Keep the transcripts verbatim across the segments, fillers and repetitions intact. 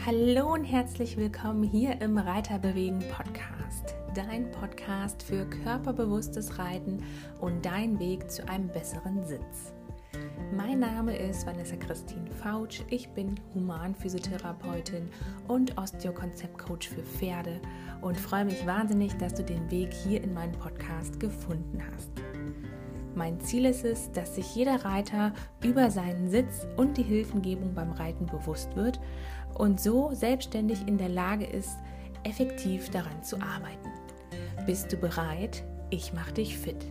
Hallo und herzlich willkommen hier im Reiterbewegen Podcast, dein Podcast für körperbewusstes Reiten und dein Weg zu einem besseren Sitz. Mein Name ist Vanessa Christine Fautsch, ich bin Humanphysiotherapeutin und Osteokonzeptcoach für Pferde und freue mich wahnsinnig, dass du den Weg hier in meinen Podcast gefunden hast. Mein Ziel ist es, dass sich jeder Reiter über seinen Sitz und die Hilfengebung beim Reiten bewusst wird und so selbstständig in der Lage ist, effektiv daran zu arbeiten. Bist du bereit? Ich mache dich fit.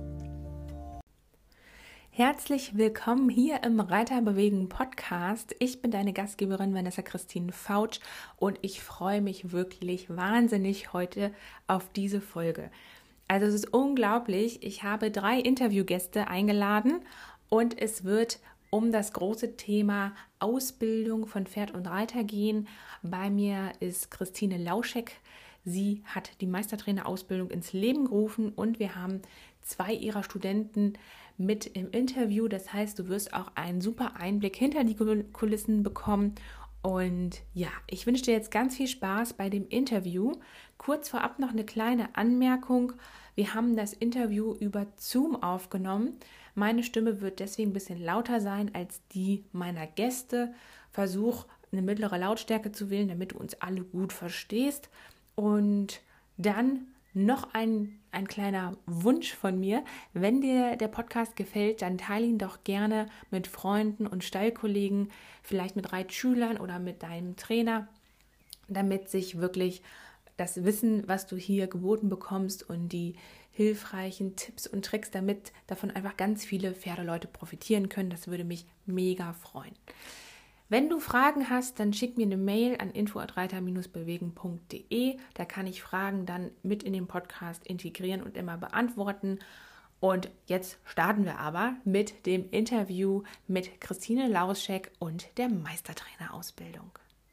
Herzlich willkommen hier im Reiterbewegen Podcast. Ich bin deine Gastgeberin Vanessa Christine Fautsch und ich freue mich wirklich wahnsinnig heute auf diese Folge. Also es ist unglaublich, ich habe drei Interviewgäste eingeladen und es wird um das große Thema Ausbildung von Pferd und Reiter gehen. Bei mir ist Christine Lauschek. Sie hat die Meistertrainerausbildung ins Leben gerufen und wir haben zwei ihrer Studenten mit im Interview. Das heißt, du wirst auch einen super Einblick hinter die Kulissen bekommen. Und ja, ich wünsche dir jetzt ganz viel Spaß bei dem Interview. Kurz vorab noch eine kleine Anmerkung. Wir haben das Interview über Zoom aufgenommen. Meine Stimme wird deswegen ein bisschen lauter sein als die meiner Gäste. Versuch, eine mittlere Lautstärke zu wählen, damit du uns alle gut verstehst. Und dann noch ein, ein kleiner Wunsch von mir. Wenn dir der Podcast gefällt, dann teile ihn doch gerne mit Freunden und Stallkollegen, vielleicht mit Reitschülern oder mit deinem Trainer, damit sich wirklich das Wissen, was du hier geboten bekommst und die hilfreichen Tipps und Tricks, damit davon einfach ganz viele Pferdeleute profitieren können. Das würde mich mega freuen. Wenn du Fragen hast, dann schick mir eine Mail an info at reiter Bindestrich bewegen punkt de. Da kann ich Fragen dann mit in den Podcast integrieren und immer beantworten. Und jetzt starten wir aber mit dem Interview mit Christine Lauschek und der Meistertrainerausbildung.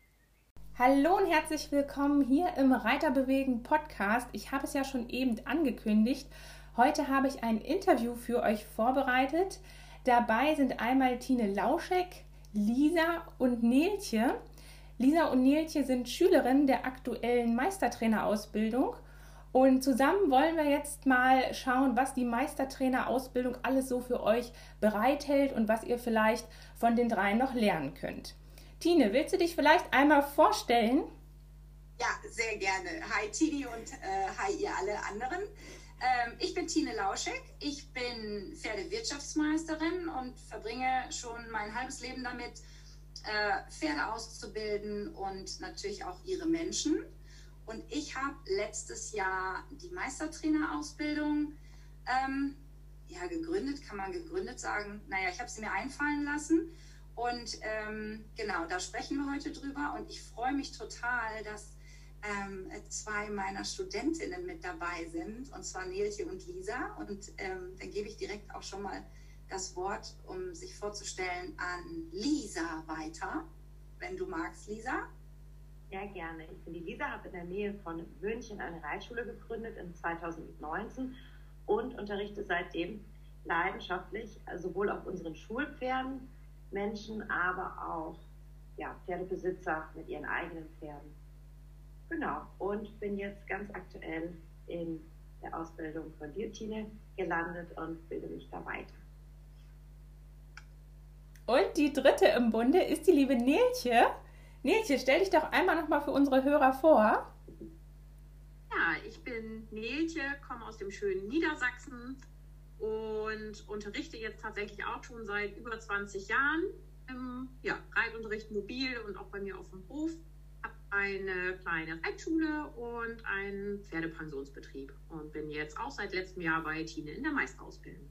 Hallo und herzlich willkommen hier im Reiterbewegen Podcast. Ich habe es ja schon eben angekündigt. Heute habe ich ein Interview für euch vorbereitet. Dabei sind einmal Tine Lauschek, Lisa und Neeltje. Lisa und Neeltje sind Schülerinnen der aktuellen Meistertrainerausbildung und zusammen wollen wir jetzt mal schauen, was die Meistertrainerausbildung alles so für euch bereithält und was ihr vielleicht von den dreien noch lernen könnt. Tine, willst du dich vielleicht einmal vorstellen? Ja, sehr gerne. Hi Tini und äh, hi ihr alle anderen. Ähm, ich bin Tine Lauschek, ich bin Pferdewirtschaftsmeisterin und verbringe schon mein halbes Leben damit, äh, Pferde auszubilden und natürlich auch ihre Menschen. Und ich habe letztes Jahr die Meistertrainerausbildung ähm, ja, gegründet, kann man gegründet sagen. Naja, ich habe sie mir einfallen lassen. Und ähm, genau, da sprechen wir heute drüber und ich freue mich total, dass ähm, zwei meiner Studentinnen mit dabei sind, und zwar Neeltje und Lisa. Und ähm, dann gebe ich direkt auch schon mal das Wort, um sich vorzustellen, an Lisa weiter, wenn du magst, Lisa. Ja, gerne. Ich bin die Lisa, habe in der Nähe von München eine Reitschule gegründet in zweitausendneunzehn und unterrichte seitdem leidenschaftlich, sowohl auf unseren Schulpferden, Menschen, aber auch ja, Pferdebesitzer mit ihren eigenen Pferden. Genau, und bin jetzt ganz aktuell in der Ausbildung von dir, Tine, gelandet und bilde mich da weiter. Und die dritte im Bunde ist die liebe Neeltje. Neeltje, stell dich doch einmal nochmal für unsere Hörer vor. Ja, ich bin Neeltje, komme aus dem schönen Niedersachsen und unterrichte jetzt tatsächlich auch schon seit über zwanzig Jahren im ja, Reitunterricht mobil und auch bei mir auf dem Hof. Habe eine kleine Reitschule und einen Pferdepensionsbetrieb und bin jetzt auch seit letztem Jahr bei Tine in der Meisterausbildung.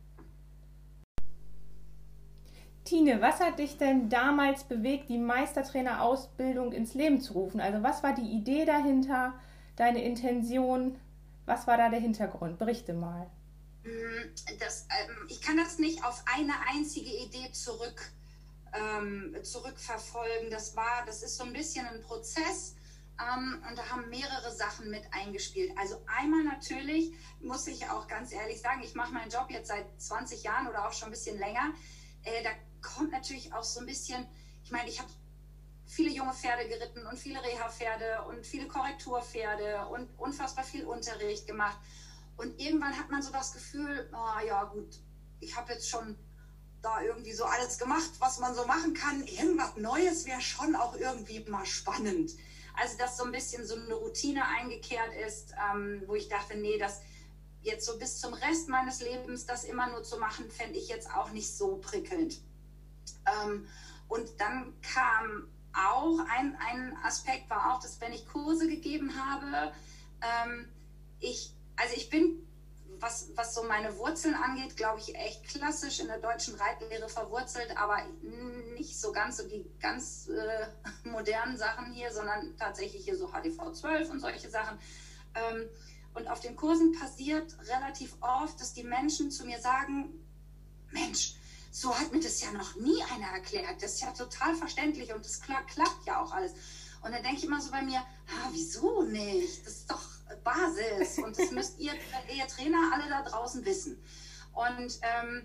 Tine, was hat dich denn damals bewegt, die Meistertrainerausbildung ins Leben zu rufen? Also was war die Idee dahinter, deine Intention? Was war da der Hintergrund? Berichte mal. Das, ähm, ich kann das nicht auf eine einzige Idee zurück, ähm, zurückverfolgen. Das war, das ist so ein bisschen ein Prozess ähm, und da haben mehrere Sachen mit eingespielt. Also einmal natürlich, muss ich auch ganz ehrlich sagen, ich mache meinen Job jetzt seit zwanzig Jahren oder auch schon ein bisschen länger. Äh, da kommt natürlich auch so ein bisschen, ich meine, ich habe viele junge Pferde geritten und viele Reha-Pferde und viele Korrekturpferde und unfassbar viel Unterricht gemacht. Und irgendwann hat man so das Gefühl, oh ja gut, ich habe jetzt schon da irgendwie so alles gemacht, was man so machen kann. Irgendwas Neues wäre schon auch irgendwie mal spannend. Also dass so ein bisschen so eine Routine eingekehrt ist, ähm, wo ich dachte, nee, das jetzt so bis zum Rest meines Lebens das immer nur zu machen, fände ich jetzt auch nicht so prickelnd. Ähm, und dann kam auch ein, ein Aspekt, war auch, dass wenn ich Kurse gegeben habe, ähm, ich, also ich bin, was, was so meine Wurzeln angeht, glaube ich, echt klassisch in der deutschen Reitlehre verwurzelt, aber nicht so ganz so die ganz äh, modernen Sachen hier, sondern tatsächlich hier so H D V zwölf und solche Sachen. Ähm, und auf den Kursen passiert relativ oft, dass die Menschen zu mir sagen, Mensch, so hat mir das ja noch nie einer erklärt. Das ist ja total verständlich und das klappt, klappt ja auch alles. Und dann denke ich immer so bei mir, ah, wieso nicht? Das ist doch Basis und das müsst ihr, ihr Trainer alle da draußen wissen. Und ähm,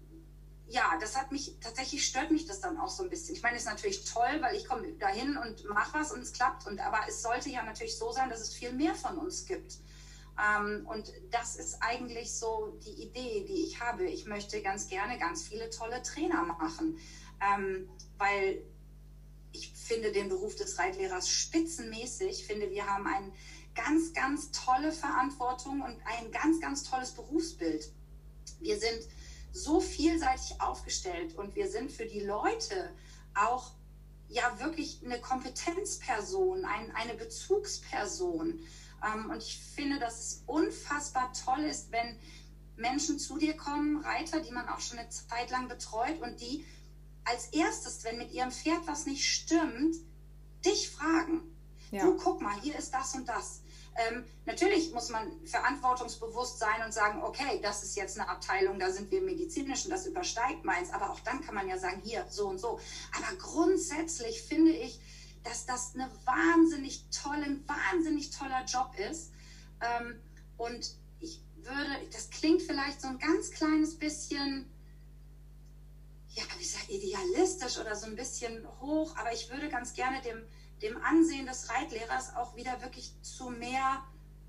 ja, das hat mich, tatsächlich stört mich das dann auch so ein bisschen. Ich meine, es ist natürlich toll, weil ich komme dahin und mache was und es klappt. Und, aber es sollte ja natürlich so sein, dass es viel mehr von uns gibt. Ähm, und das ist eigentlich so die Idee, die ich habe. Ich möchte ganz gerne ganz viele tolle Trainer machen, ähm, weil ich finde den Beruf des Reitlehrers spitzenmäßig. Ich finde, wir haben eine ganz, ganz tolle Verantwortung und ein ganz, ganz tolles Berufsbild. Wir sind so vielseitig aufgestellt und wir sind für die Leute auch ja wirklich eine Kompetenzperson, ein, eine Bezugsperson. Ähm, und ich finde, dass es unfassbar toll ist, wenn Menschen zu dir kommen, Reiter, die man auch schon eine Zeit lang betreut und die als erstes, wenn mit ihrem Pferd was nicht stimmt, dich fragen. Ja. Du, guck mal, hier ist das und das. Ähm, natürlich muss man verantwortungsbewusst sein und sagen, okay, das ist jetzt eine Abteilung, da sind wir medizinisch und das übersteigt meins. Aber auch dann kann man ja sagen, hier, so und so. Aber grundsätzlich finde ich, dass das eine wahnsinnig tolle, ein wahnsinnig toller Job ist. Ähm, und ich würde, das klingt vielleicht so ein ganz kleines bisschen, ja, wie gesagt, idealistisch oder so ein bisschen hoch, aber ich würde ganz gerne dem, dem Ansehen des Reitlehrers auch wieder wirklich zu mehr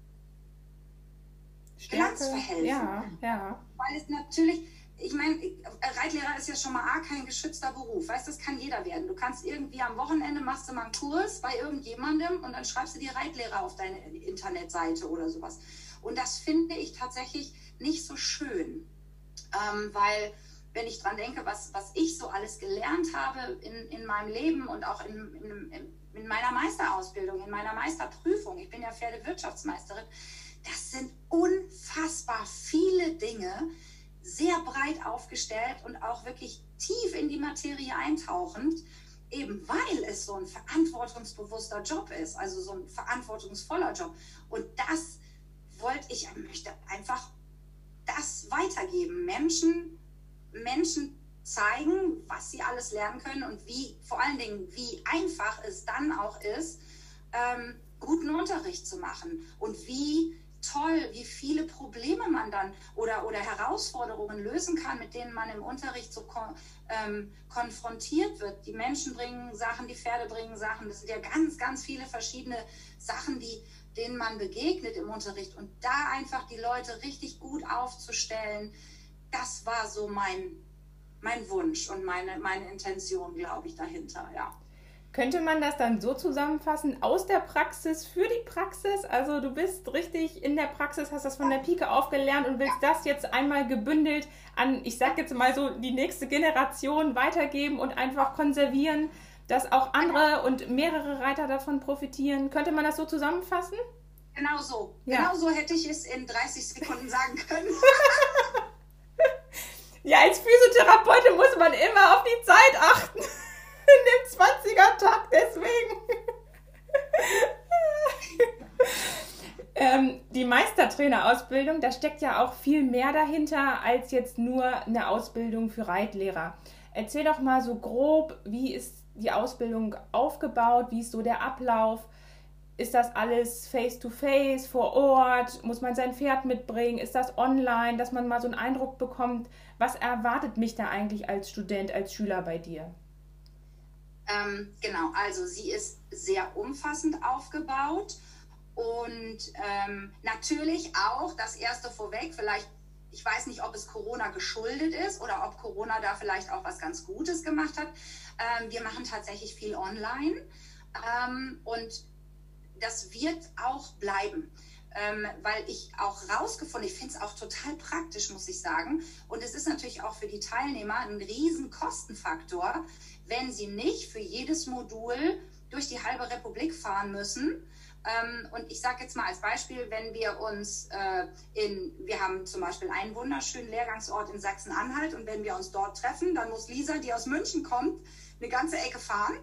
Glanz verhelfen. Ja, ja. Weil es natürlich, ich meine, Reitlehrer ist ja schon mal A, kein geschützter Beruf, weißt, das kann jeder werden. Du kannst irgendwie am Wochenende machst du mal einen Kurs bei irgendjemandem und dann schreibst du dir Reitlehrer auf deine Internetseite oder sowas. Und das finde ich tatsächlich nicht so schön, ähm, weil wenn ich dran denke, was, was ich so alles gelernt habe in, in meinem Leben und auch in, in, in meiner Meisterausbildung, in meiner Meisterprüfung, ich bin ja Pferdewirtschaftsmeisterin, das sind unfassbar viele Dinge, sehr breit aufgestellt und auch wirklich tief in die Materie eintauchend, eben weil es so ein verantwortungsbewusster Job ist, also so ein verantwortungsvoller Job. Und das wollte ich, ich möchte einfach das weitergeben, Menschen Menschen zeigen, was sie alles lernen können und wie, vor allen Dingen, wie einfach es dann auch ist, ähm, guten Unterricht zu machen und wie toll, wie viele Probleme man dann oder, oder Herausforderungen lösen kann, mit denen man im Unterricht so kon- ähm, konfrontiert wird. Die Menschen bringen Sachen, die Pferde bringen Sachen. Das sind ja ganz, ganz viele verschiedene Sachen, die, denen man begegnet im Unterricht. Und da einfach die Leute richtig gut aufzustellen, das war so mein, mein Wunsch und meine, meine Intention, glaube ich, dahinter, ja. Könnte man das dann so zusammenfassen, aus der Praxis für die Praxis? Also du bist richtig in der Praxis, hast das von der Pike auf gelernt und willst das jetzt einmal gebündelt an, ich sag jetzt mal so, die nächste Generation weitergeben und einfach konservieren, dass auch andere und mehrere Reiter davon profitieren. Könnte man das so zusammenfassen? Genau so. Ja. Genau so hätte ich es in dreißig Sekunden sagen können. Ja, als Physiotherapeutin muss man immer auf die Zeit achten. In dem zwanziger-Takt, deswegen. ähm, die Meistertrainerausbildung, da steckt ja auch viel mehr dahinter als jetzt nur eine Ausbildung für Reitlehrer. Erzähl doch mal so grob, wie ist die Ausbildung aufgebaut, wie ist so der Ablauf? Ist das alles face-to-face, vor Ort? Muss man sein Pferd mitbringen? Ist das online, dass man mal so einen Eindruck bekommt? Was erwartet mich da eigentlich als Student, als Schüler bei dir? Ähm, genau, also sie ist sehr umfassend aufgebaut und ähm, natürlich auch das erste vorweg, vielleicht, ich weiß nicht, ob es Corona geschuldet ist oder ob Corona da vielleicht auch was ganz Gutes gemacht hat. Ähm, wir machen tatsächlich viel online ähm, und das wird auch bleiben. Ähm, weil ich auch rausgefunden, ich finde es auch total praktisch, muss ich sagen. Und es ist natürlich auch für die Teilnehmer ein riesen Kostenfaktor, wenn sie nicht für jedes Modul durch die halbe Republik fahren müssen. Ähm, und ich sage jetzt mal als Beispiel, wenn wir uns äh, in, wir haben zum Beispiel einen wunderschönen Lehrgangsort in Sachsen-Anhalt und wenn wir uns dort treffen, dann muss Lisa, die aus München kommt, eine ganze Ecke fahren.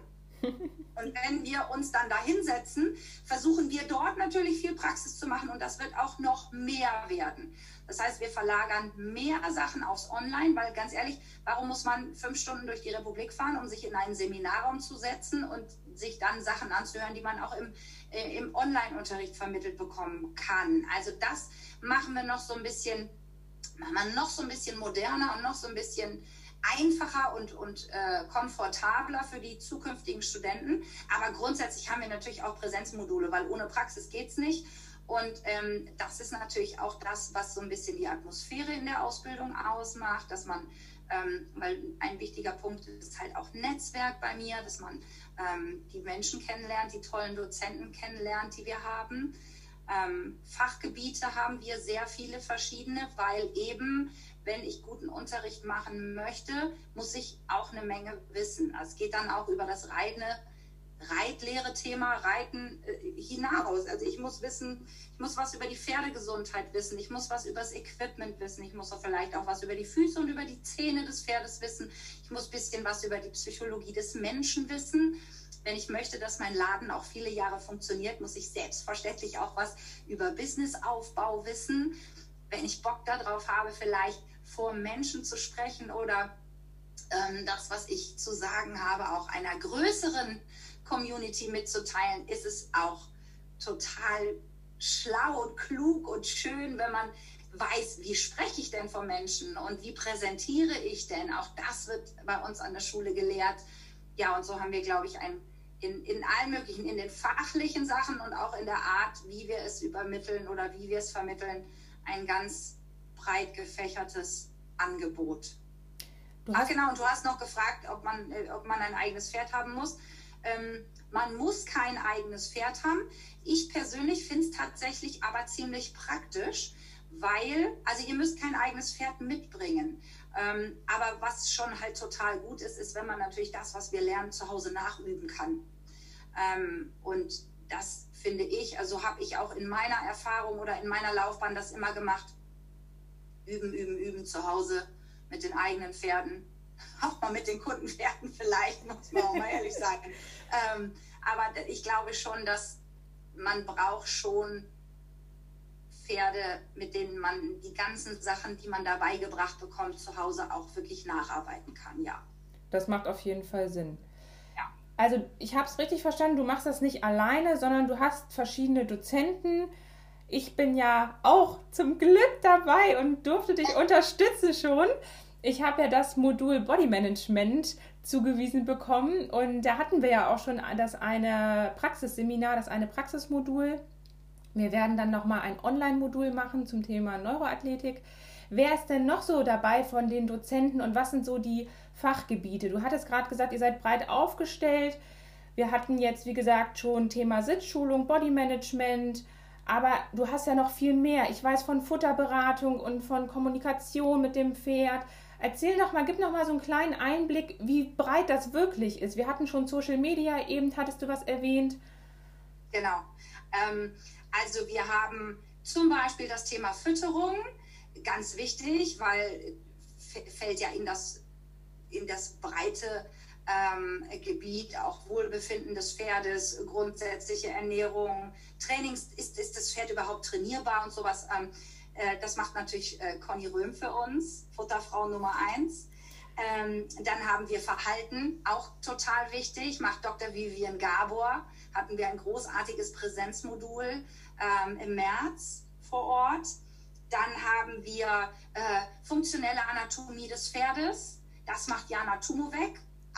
Und wenn wir uns dann da hinsetzen, versuchen wir dort natürlich viel Praxis zu machen und das wird auch noch mehr werden. Das heißt, wir verlagern mehr Sachen aufs Online, weil ganz ehrlich, warum muss man fünf Stunden durch die Republik fahren, um sich in einen Seminarraum zu setzen und sich dann Sachen anzuhören, die man auch im, äh, im Online-Unterricht vermittelt bekommen kann. Also das machen wir noch so ein bisschen, machen wir noch so ein bisschen moderner und noch so ein bisschen einfacher und, und äh, komfortabler für die zukünftigen Studenten. Aber grundsätzlich haben wir natürlich auch Präsenzmodule, weil ohne Praxis geht es nicht. Und ähm, das ist natürlich auch das, was so ein bisschen die Atmosphäre in der Ausbildung ausmacht, dass man, ähm, weil ein wichtiger Punkt ist halt auch Netzwerk bei mir, dass man ähm, die Menschen kennenlernt, die tollen Dozenten kennenlernt, die wir haben. Ähm, Fachgebiete haben wir sehr viele verschiedene, weil eben, wenn ich guten Unterricht machen möchte, muss ich auch eine Menge wissen. Also es geht dann auch über das reine Reitlehre-Thema, Reiten äh, hinaus. Also ich muss wissen, ich muss was über die Pferdegesundheit wissen, ich muss was über das Equipment wissen, ich muss auch vielleicht auch was über die Füße und über die Zähne des Pferdes wissen, ich muss ein bisschen was über die Psychologie des Menschen wissen. Wenn ich möchte, dass mein Laden auch viele Jahre funktioniert, muss ich selbstverständlich auch was über Businessaufbau wissen. Wenn ich Bock darauf habe, vielleicht vor Menschen zu sprechen oder ähm, das, was ich zu sagen habe, auch einer größeren Community mitzuteilen, ist es auch total schlau und klug und schön, wenn man weiß, wie spreche ich denn vor Menschen und wie präsentiere ich denn. Auch das wird bei uns an der Schule gelehrt. Ja, und so haben wir, glaube ich, ein In, in allen möglichen, in den fachlichen Sachen und auch in der Art, wie wir es übermitteln oder wie wir es vermitteln, ein ganz breit gefächertes Angebot. Ach genau, und du hast noch gefragt, ob man, ob man ein eigenes Pferd haben muss. Ähm, man muss kein eigenes Pferd haben. Ich persönlich finde es tatsächlich aber ziemlich praktisch, weil, also ihr müsst kein eigenes Pferd mitbringen. Ähm, aber was schon halt total gut ist, ist, wenn man natürlich das, was wir lernen, zu Hause nachüben kann. Ähm, und das finde ich, also habe ich auch in meiner Erfahrung oder in meiner Laufbahn das immer gemacht. Üben, üben, üben zu Hause mit den eigenen Pferden. Auch mal mit den Kundenpferden vielleicht, muss man auch mal ehrlich sagen. Ähm, aber ich glaube schon, dass man braucht schon Pferde, mit denen man die ganzen Sachen, die man da beigebracht bekommt, zu Hause auch wirklich nacharbeiten kann, ja. Das macht auf jeden Fall Sinn. Ja. Also ich habe es richtig verstanden, du machst das nicht alleine, sondern du hast verschiedene Dozenten. Ich bin ja auch zum Glück dabei und durfte dich unterstützen schon. Ich habe ja das Modul Body Management zugewiesen bekommen und da hatten wir ja auch schon das eine Praxisseminar, das eine Praxismodul. Wir werden dann nochmal ein Online-Modul machen zum Thema Neuroathletik. Wer ist denn noch so dabei von den Dozenten und was sind so die Fachgebiete? Du hattest gerade gesagt, ihr seid breit aufgestellt. Wir hatten jetzt, wie gesagt, schon Thema Sitzschulung, Bodymanagement, aber du hast ja noch viel mehr. Ich weiß von Futterberatung und von Kommunikation mit dem Pferd. Erzähl noch mal, gib noch mal so einen kleinen Einblick, wie breit das wirklich ist. Wir hatten schon Social Media, eben hattest du was erwähnt. Genau. Ähm, also wir haben zum Beispiel das Thema Fütterung, ganz wichtig, weil f- fällt ja in das, in das breite ähm, Gebiet, auch Wohlbefinden des Pferdes, grundsätzliche Ernährung, Trainings, ist, ist das Pferd überhaupt trainierbar und sowas. Ähm, äh, das macht natürlich äh, Conny Röhm für uns, Futterfrau Nummer eins. Ähm, dann haben wir Verhalten, auch total wichtig, macht Doktor Vivian Gabor, hatten wir ein großartiges Präsenzmodul ähm, im März vor Ort. Dann haben wir äh, funktionelle Anatomie des Pferdes, das macht Jana Tumowek, auch ein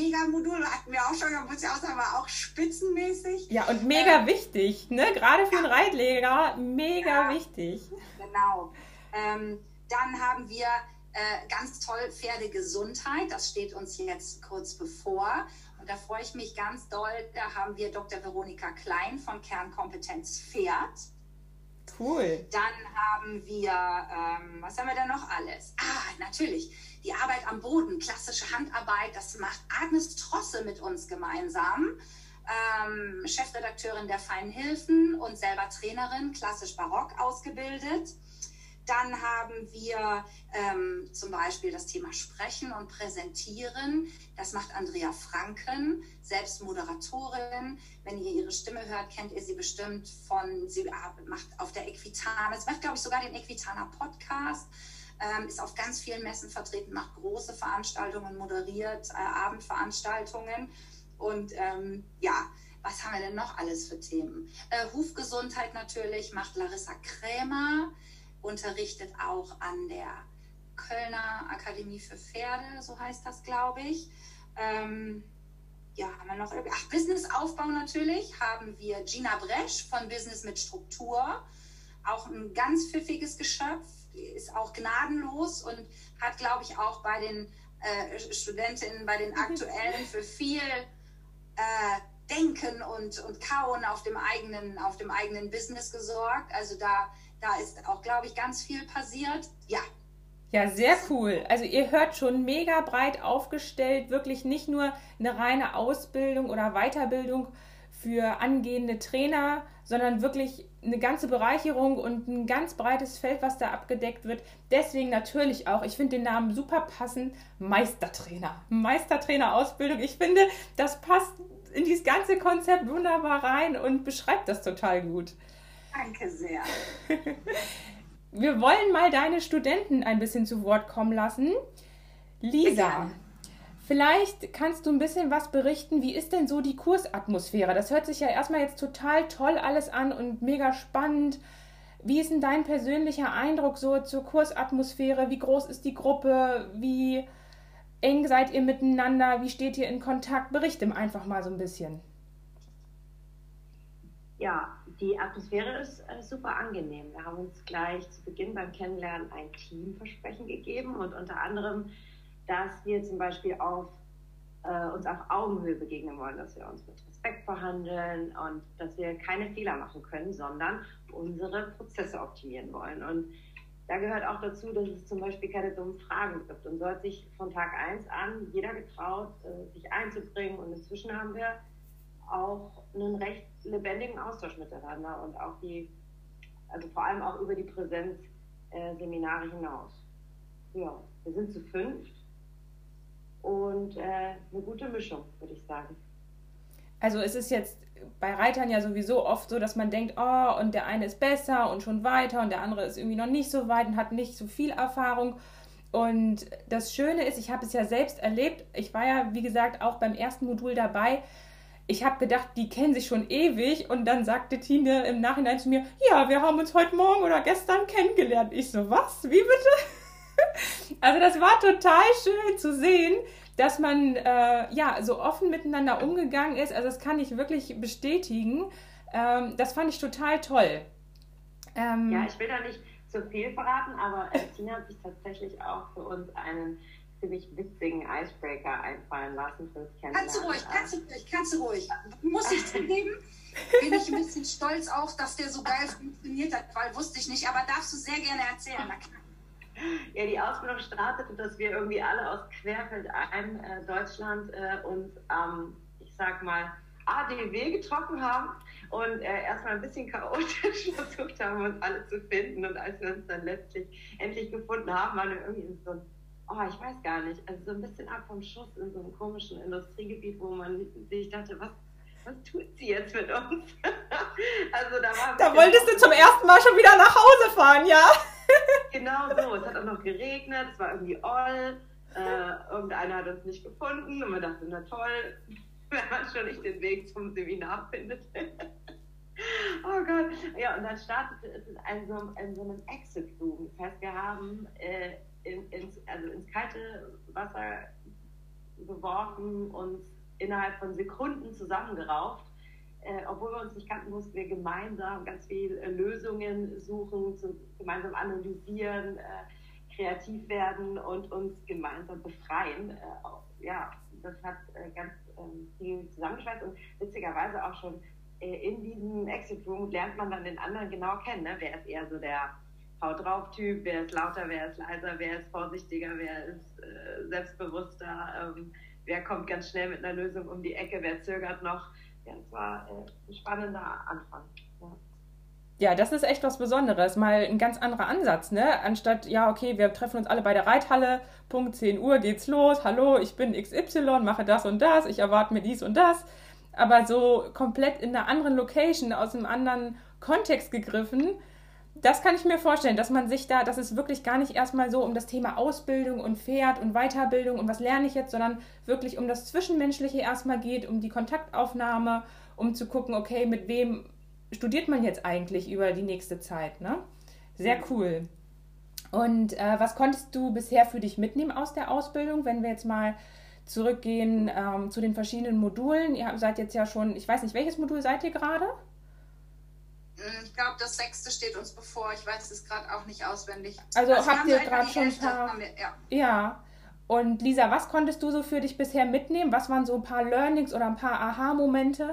Mega-Modul, hatten wir auch schon, muss ich auch sagen, war auch spitzenmäßig. Ja, und mega ähm, wichtig, ne? Gerade für ja. einen Reitlehrer, mega ja, wichtig. Genau. Ähm, dann haben wir äh, ganz toll Pferdegesundheit, das steht uns jetzt kurz bevor. Und da freue ich mich ganz doll, da haben wir Doktor Veronika Klein von Kernkompetenz Pferd. Cool. Dann haben wir, ähm, was haben wir denn noch alles? Ah, natürlich, die Arbeit am Boden, klassische Handarbeit, das macht Agnes Trosse mit uns gemeinsam. Ähm, Chefredakteurin der Feinen Hilfen und selber Trainerin, klassisch barock ausgebildet. Dann haben wir ähm, zum Beispiel das Thema Sprechen und Präsentieren. Das macht Andrea Franken, selbst Moderatorin. Wenn ihr ihre Stimme hört, kennt ihr sie bestimmt von, sie macht auf der Equitana, es macht, glaube ich, sogar den Equitana Podcast, ähm, ist auf ganz vielen Messen vertreten, macht große Veranstaltungen, moderiert äh, Abendveranstaltungen. Und ähm, ja, was haben wir denn noch alles für Themen? Äh, Hufgesundheit natürlich macht Larissa Krämer. Unterrichtet auch an der Kölner Akademie für Pferde, so heißt das, glaube ich. Ähm, ja, haben wir noch, ach, Businessaufbau natürlich, haben wir Gina Bresch von Business mit Struktur, auch ein ganz pfiffiges Geschöpf, ist auch gnadenlos und hat, glaube ich, auch bei den äh, Studentinnen, bei den Aktuellen für viel äh, Denken und, und Kauen auf dem eigenen, auf dem eigenen Business gesorgt. Also da Da ist auch, glaube ich, ganz viel passiert. Ja. Ja, sehr cool. Also ihr hört schon, mega breit aufgestellt, wirklich nicht nur eine reine Ausbildung oder Weiterbildung für angehende Trainer, sondern wirklich eine ganze Bereicherung und ein ganz breites Feld, was da abgedeckt wird. Deswegen natürlich auch, ich finde den Namen super passend, Meistertrainer. Meistertrainer-Ausbildung. Ich finde, das passt in dieses ganze Konzept wunderbar rein und beschreibt das total gut. Danke sehr. Wir wollen mal deine Studenten ein bisschen zu Wort kommen lassen. Lisa, vielleicht kannst du ein bisschen was berichten. Wie ist denn so die Kursatmosphäre? Das hört sich ja erstmal jetzt total toll alles an und mega spannend. Wie ist denn dein persönlicher Eindruck so zur Kursatmosphäre? Wie groß ist die Gruppe? Wie eng seid ihr miteinander? Wie steht ihr in Kontakt? Berichte einfach mal so ein bisschen. Ja, die Atmosphäre ist äh, super angenehm. Wir haben uns gleich zu Beginn beim Kennenlernen ein Teamversprechen gegeben und unter anderem, dass wir zum Beispiel auf, äh, uns auf Augenhöhe begegnen wollen, dass wir uns mit Respekt behandeln und dass wir keine Fehler machen können, sondern unsere Prozesse optimieren wollen. Und da gehört auch dazu, dass es zum Beispiel keine dummen Fragen gibt. Und so hat sich von Tag eins an jeder getraut, äh, sich einzubringen. Und inzwischen haben wir auch einen recht lebendigen Austausch miteinander und auch die, also vor allem auch über die Präsenzseminare äh, hinaus. Ja, wir sind zu fünft und äh, eine gute Mischung, würde ich sagen. Also es ist jetzt bei Reitern ja sowieso oft so, dass man denkt, oh, und der eine ist besser und schon weiter und der andere ist irgendwie noch nicht so weit und hat nicht so viel Erfahrung. Und das Schöne ist, ich habe es ja selbst erlebt, ich war ja, wie gesagt, auch beim ersten Modul dabei. Ich habe gedacht, die kennen sich schon ewig und dann sagte Tine im Nachhinein zu mir, ja, wir haben uns heute Morgen oder gestern kennengelernt. Ich so, was? Wie bitte? Also das war total schön zu sehen, dass man äh, ja so offen miteinander umgegangen ist. Also das kann ich wirklich bestätigen. Ähm, das fand ich total toll. Ähm, ja, ich will da nicht zu viel verraten, aber äh, Tina hat sich tatsächlich auch für uns einen ziemlich witzigen Icebreaker einfallen lassen fürs Kennenlernen. Kannst du ruhig, kannst du ruhig, kannst du ruhig. Muss ich zugeben, bin ich ein bisschen stolz auch, dass der so geil funktioniert hat, weil wusste ich nicht, aber darfst du sehr gerne erzählen. Na klar. Ja, die Ausbildung startete, dass wir irgendwie alle aus Querfeldein äh, Deutschland äh, uns am, ähm, ich sag mal, A D W getroffen haben und äh, erstmal ein bisschen chaotisch versucht haben, uns alle zu finden. Und als wir uns dann letztlich endlich gefunden haben, waren wir irgendwie in so ein Oh, ich weiß gar nicht. Also so ein bisschen ab vom Schuss in so einem komischen Industriegebiet, wo man sich dachte, was, was tut sie jetzt mit uns? Also da war da wolltest du zum ersten Mal schon wieder nach Hause fahren, ja? Genau so. Es hat auch noch geregnet, es war irgendwie all. Äh, irgendeiner hat uns nicht gefunden und man dachte, na toll, wenn man schon nicht den Weg zum Seminar findet. Oh Gott. Ja, und dann startete es in, so, in so einem Exit Room. Das heißt, wir haben äh, in, ins, also ins kalte Wasser geworfen, uns innerhalb von Sekunden zusammengerauft. Äh, obwohl wir uns nicht kannten, mussten wir gemeinsam ganz viele äh, Lösungen suchen, zu, gemeinsam analysieren, äh, kreativ werden und uns gemeinsam befreien. Äh, auch, ja, das hat äh, ganz ähm, viel zusammengeschweißt und witzigerweise auch schon äh, in diesem Exit Room lernt man dann den anderen genau kennen. Ne? Wer ist eher so der Haut drauf Typ, wer ist lauter, wer ist leiser, wer ist vorsichtiger, wer ist äh, selbstbewusster, ähm, wer kommt ganz schnell mit einer Lösung um die Ecke, wer zögert noch. Ja, es war äh, ein spannender Anfang. Ja. Ja, das ist echt was Besonderes. Mal ein ganz anderer Ansatz, ne? Anstatt, ja, okay, wir treffen uns alle bei der Reithalle, Punkt zehn Uhr geht's los, hallo, ich bin X Y, mache das und das, ich erwarte mir dies und das. Aber so komplett in einer anderen Location, aus einem anderen Kontext gegriffen, das kann ich mir vorstellen, dass man sich da, dass es wirklich gar nicht erstmal so um das Thema Ausbildung und Pferd und Weiterbildung und was lerne ich jetzt, sondern wirklich um das Zwischenmenschliche erstmal geht, um die Kontaktaufnahme, um zu gucken, okay, mit wem studiert man jetzt eigentlich über die nächste Zeit, ne? Sehr cool. Und äh, was konntest du bisher für dich mitnehmen aus der Ausbildung, wenn wir jetzt mal zurückgehen ähm, zu den verschiedenen Modulen? Ihr seid jetzt ja schon, ich weiß nicht, welches Modul seid ihr gerade? Ich glaube, das sechste steht uns bevor. Ich weiß es gerade auch nicht auswendig. Also, also habt ihr gerade schon ein paar... Wir, ja. ja. Und Lisa, was konntest du so für dich bisher mitnehmen? Was waren so ein paar Learnings oder ein paar Aha-Momente?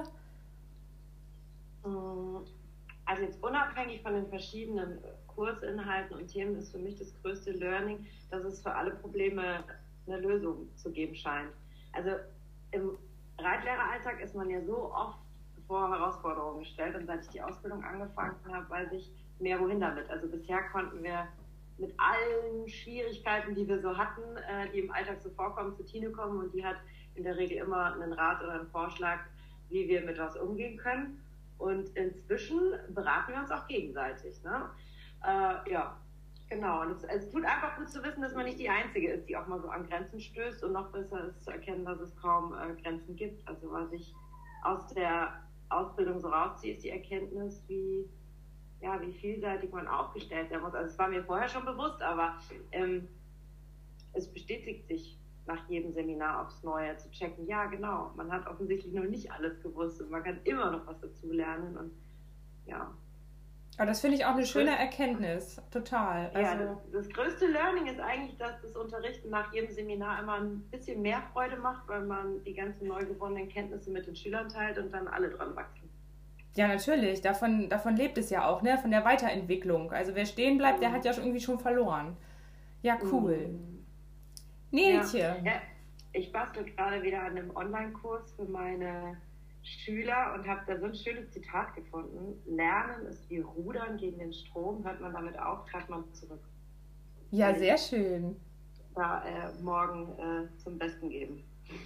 Also jetzt unabhängig von den verschiedenen Kursinhalten und Themen ist für mich das größte Learning, dass es für alle Probleme eine Lösung zu geben scheint. Also im Reitlehreralltag ist man ja so oft vor Herausforderungen gestellt und seit ich die Ausbildung angefangen habe, weiß ich mehr wohin damit. Also bisher konnten wir mit allen Schwierigkeiten, die wir so hatten, äh, die im Alltag so vorkommen, zu Tine kommen und die hat in der Regel immer einen Rat oder einen Vorschlag, wie wir mit was umgehen können und inzwischen beraten wir uns auch gegenseitig. Ne? Äh, ja, genau. Und es, es tut einfach gut zu wissen, dass man nicht die Einzige ist, die auch mal so an Grenzen stößt und noch besser ist zu erkennen, dass es kaum äh, Grenzen gibt. Also was ich aus der Ausbildung so rausziehe, ist die Erkenntnis, wie, ja, wie vielseitig man aufgestellt sein muss. Also es war mir vorher schon bewusst, aber ähm, es bestätigt sich nach jedem Seminar aufs Neue zu checken, ja genau, man hat offensichtlich noch nicht alles gewusst und man kann immer noch was dazu lernen und ja. Aber das finde ich auch eine schöne Erkenntnis, total. Also ja, das, das größte Learning ist eigentlich, dass das Unterrichten nach jedem Seminar immer ein bisschen mehr Freude macht, weil man die ganzen neu gewonnenen Kenntnisse mit den Schülern teilt und dann alle dran wachsen. Ja, natürlich. Davon, davon lebt es ja auch, ne? Von der Weiterentwicklung. Also wer stehen bleibt, der hat ja irgendwie schon verloren. Ja, cool. Mhm. Niltje. Ja, ja, ich bastel gerade wieder an einem Online-Kurs für meine Schüler und habe da so ein schönes Zitat gefunden. Lernen ist wie Rudern gegen den Strom. Hört man damit auf, treibt man zurück. Ja, sehr schön. Da äh, morgen äh, zum Besten geben.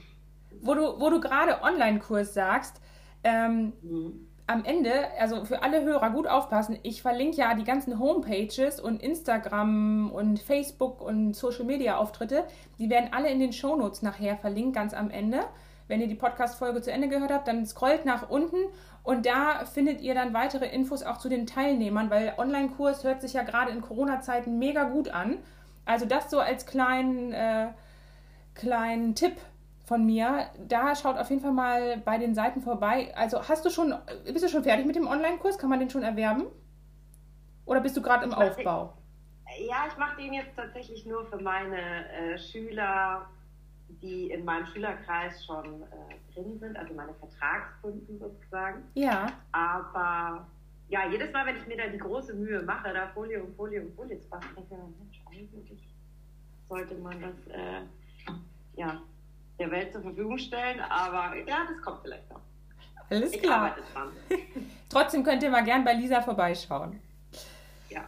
Wo du, wo du gerade Online-Kurs sagst, ähm, mhm. am Ende, also für alle Hörer gut aufpassen, ich verlinke ja die ganzen Homepages und Instagram und Facebook und Social-Media-Auftritte, die werden alle in den Shownotes nachher verlinkt, ganz am Ende. Wenn ihr die Podcast-Folge zu Ende gehört habt, dann scrollt nach unten und da findet ihr dann weitere Infos auch zu den Teilnehmern, weil Online-Kurs hört sich ja gerade in Corona-Zeiten mega gut an. Also das so als kleinen, äh, kleinen Tipp von mir. Da schaut auf jeden Fall mal bei den Seiten vorbei. Also hast du schon, bist du schon fertig mit dem Online-Kurs? Kann man den schon erwerben? Oder bist du gerade im Aufbau? Ja, ich mache den jetzt tatsächlich nur für meine äh, Schüler, die in meinem Schülerkreis schon äh, drin sind, also meine Vertragskunden sozusagen. Ja. Aber ja, jedes Mal, wenn ich mir da die große Mühe mache, da Folie um Folie um Folie zu basteln, denke ich mir, Mensch, eigentlich sollte man das äh, ja, der Welt zur Verfügung stellen, aber ja, das kommt vielleicht noch. Alles ich klar. arbeite dran. Trotzdem könnt ihr mal gern bei Lisa vorbeischauen. Ja.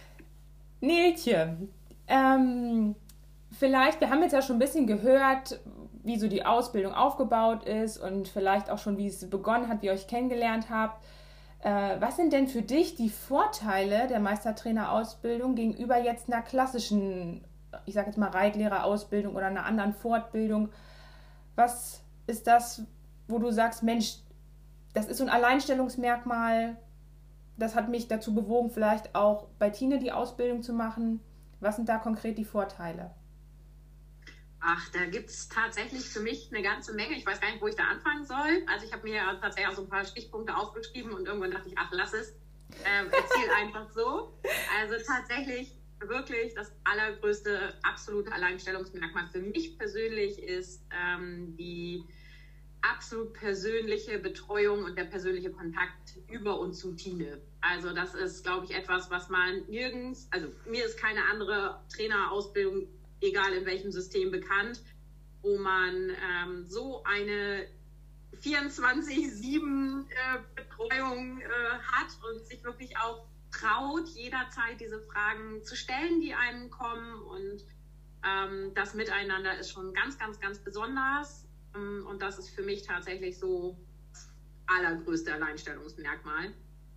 Niltje, ähm, vielleicht, wir haben jetzt ja schon ein bisschen gehört, wie so die Ausbildung aufgebaut ist und vielleicht auch schon, wie es begonnen hat, wie ihr euch kennengelernt habt. Äh, was sind denn für dich die Vorteile der Meistertrainerausbildung gegenüber jetzt einer klassischen, ich sage jetzt mal Reitlehrerausbildung oder einer anderen Fortbildung? Was ist das, wo du sagst, Mensch, das ist so ein Alleinstellungsmerkmal, das hat mich dazu bewogen, vielleicht auch bei Tine die Ausbildung zu machen. Was sind da konkret die Vorteile? Ach, da gibt es tatsächlich für mich eine ganze Menge. Ich weiß gar nicht, wo ich da anfangen soll. Also ich habe mir tatsächlich auch so ein paar Stichpunkte aufgeschrieben und irgendwann dachte ich, ach, lass es. Ähm, erzähl einfach so. Also tatsächlich wirklich das allergrößte absolute Alleinstellungsmerkmal für mich persönlich ist ähm, die absolut persönliche Betreuung und der persönliche Kontakt über und zu Tine. Also das ist, glaube ich, etwas, was man nirgends, also mir ist keine andere Trainerausbildung, egal in welchem System, bekannt, wo man ähm, so eine vierundzwanzig sieben äh, Betreuung äh, hat und sich wirklich auch traut, jederzeit diese Fragen zu stellen, die einem kommen. Und ähm, das Miteinander ist schon ganz, ganz, ganz besonders. Und das ist für mich tatsächlich so das allergrößte Alleinstellungsmerkmal.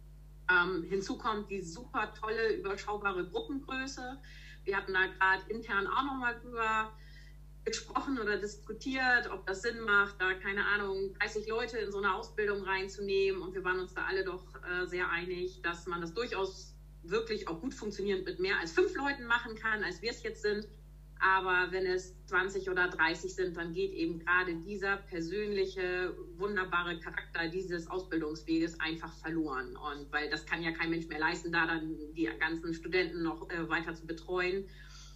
Ähm, hinzu kommt die super tolle, überschaubare Gruppengröße. Wir hatten da gerade intern auch nochmal drüber gesprochen oder diskutiert, ob das Sinn macht, da, keine Ahnung, dreißig Leute in so eine Ausbildung reinzunehmen. Und wir waren uns da alle doch äh, sehr einig, dass man das durchaus wirklich auch gut funktionierend mit mehr als fünf Leuten machen kann, als wir es jetzt sind. Aber wenn es zwanzig oder dreißig sind, dann geht eben gerade dieser persönliche, wunderbare Charakter dieses Ausbildungsweges einfach verloren. Und weil das kann ja kein Mensch mehr leisten, da dann die ganzen Studenten noch äh, weiter zu betreuen.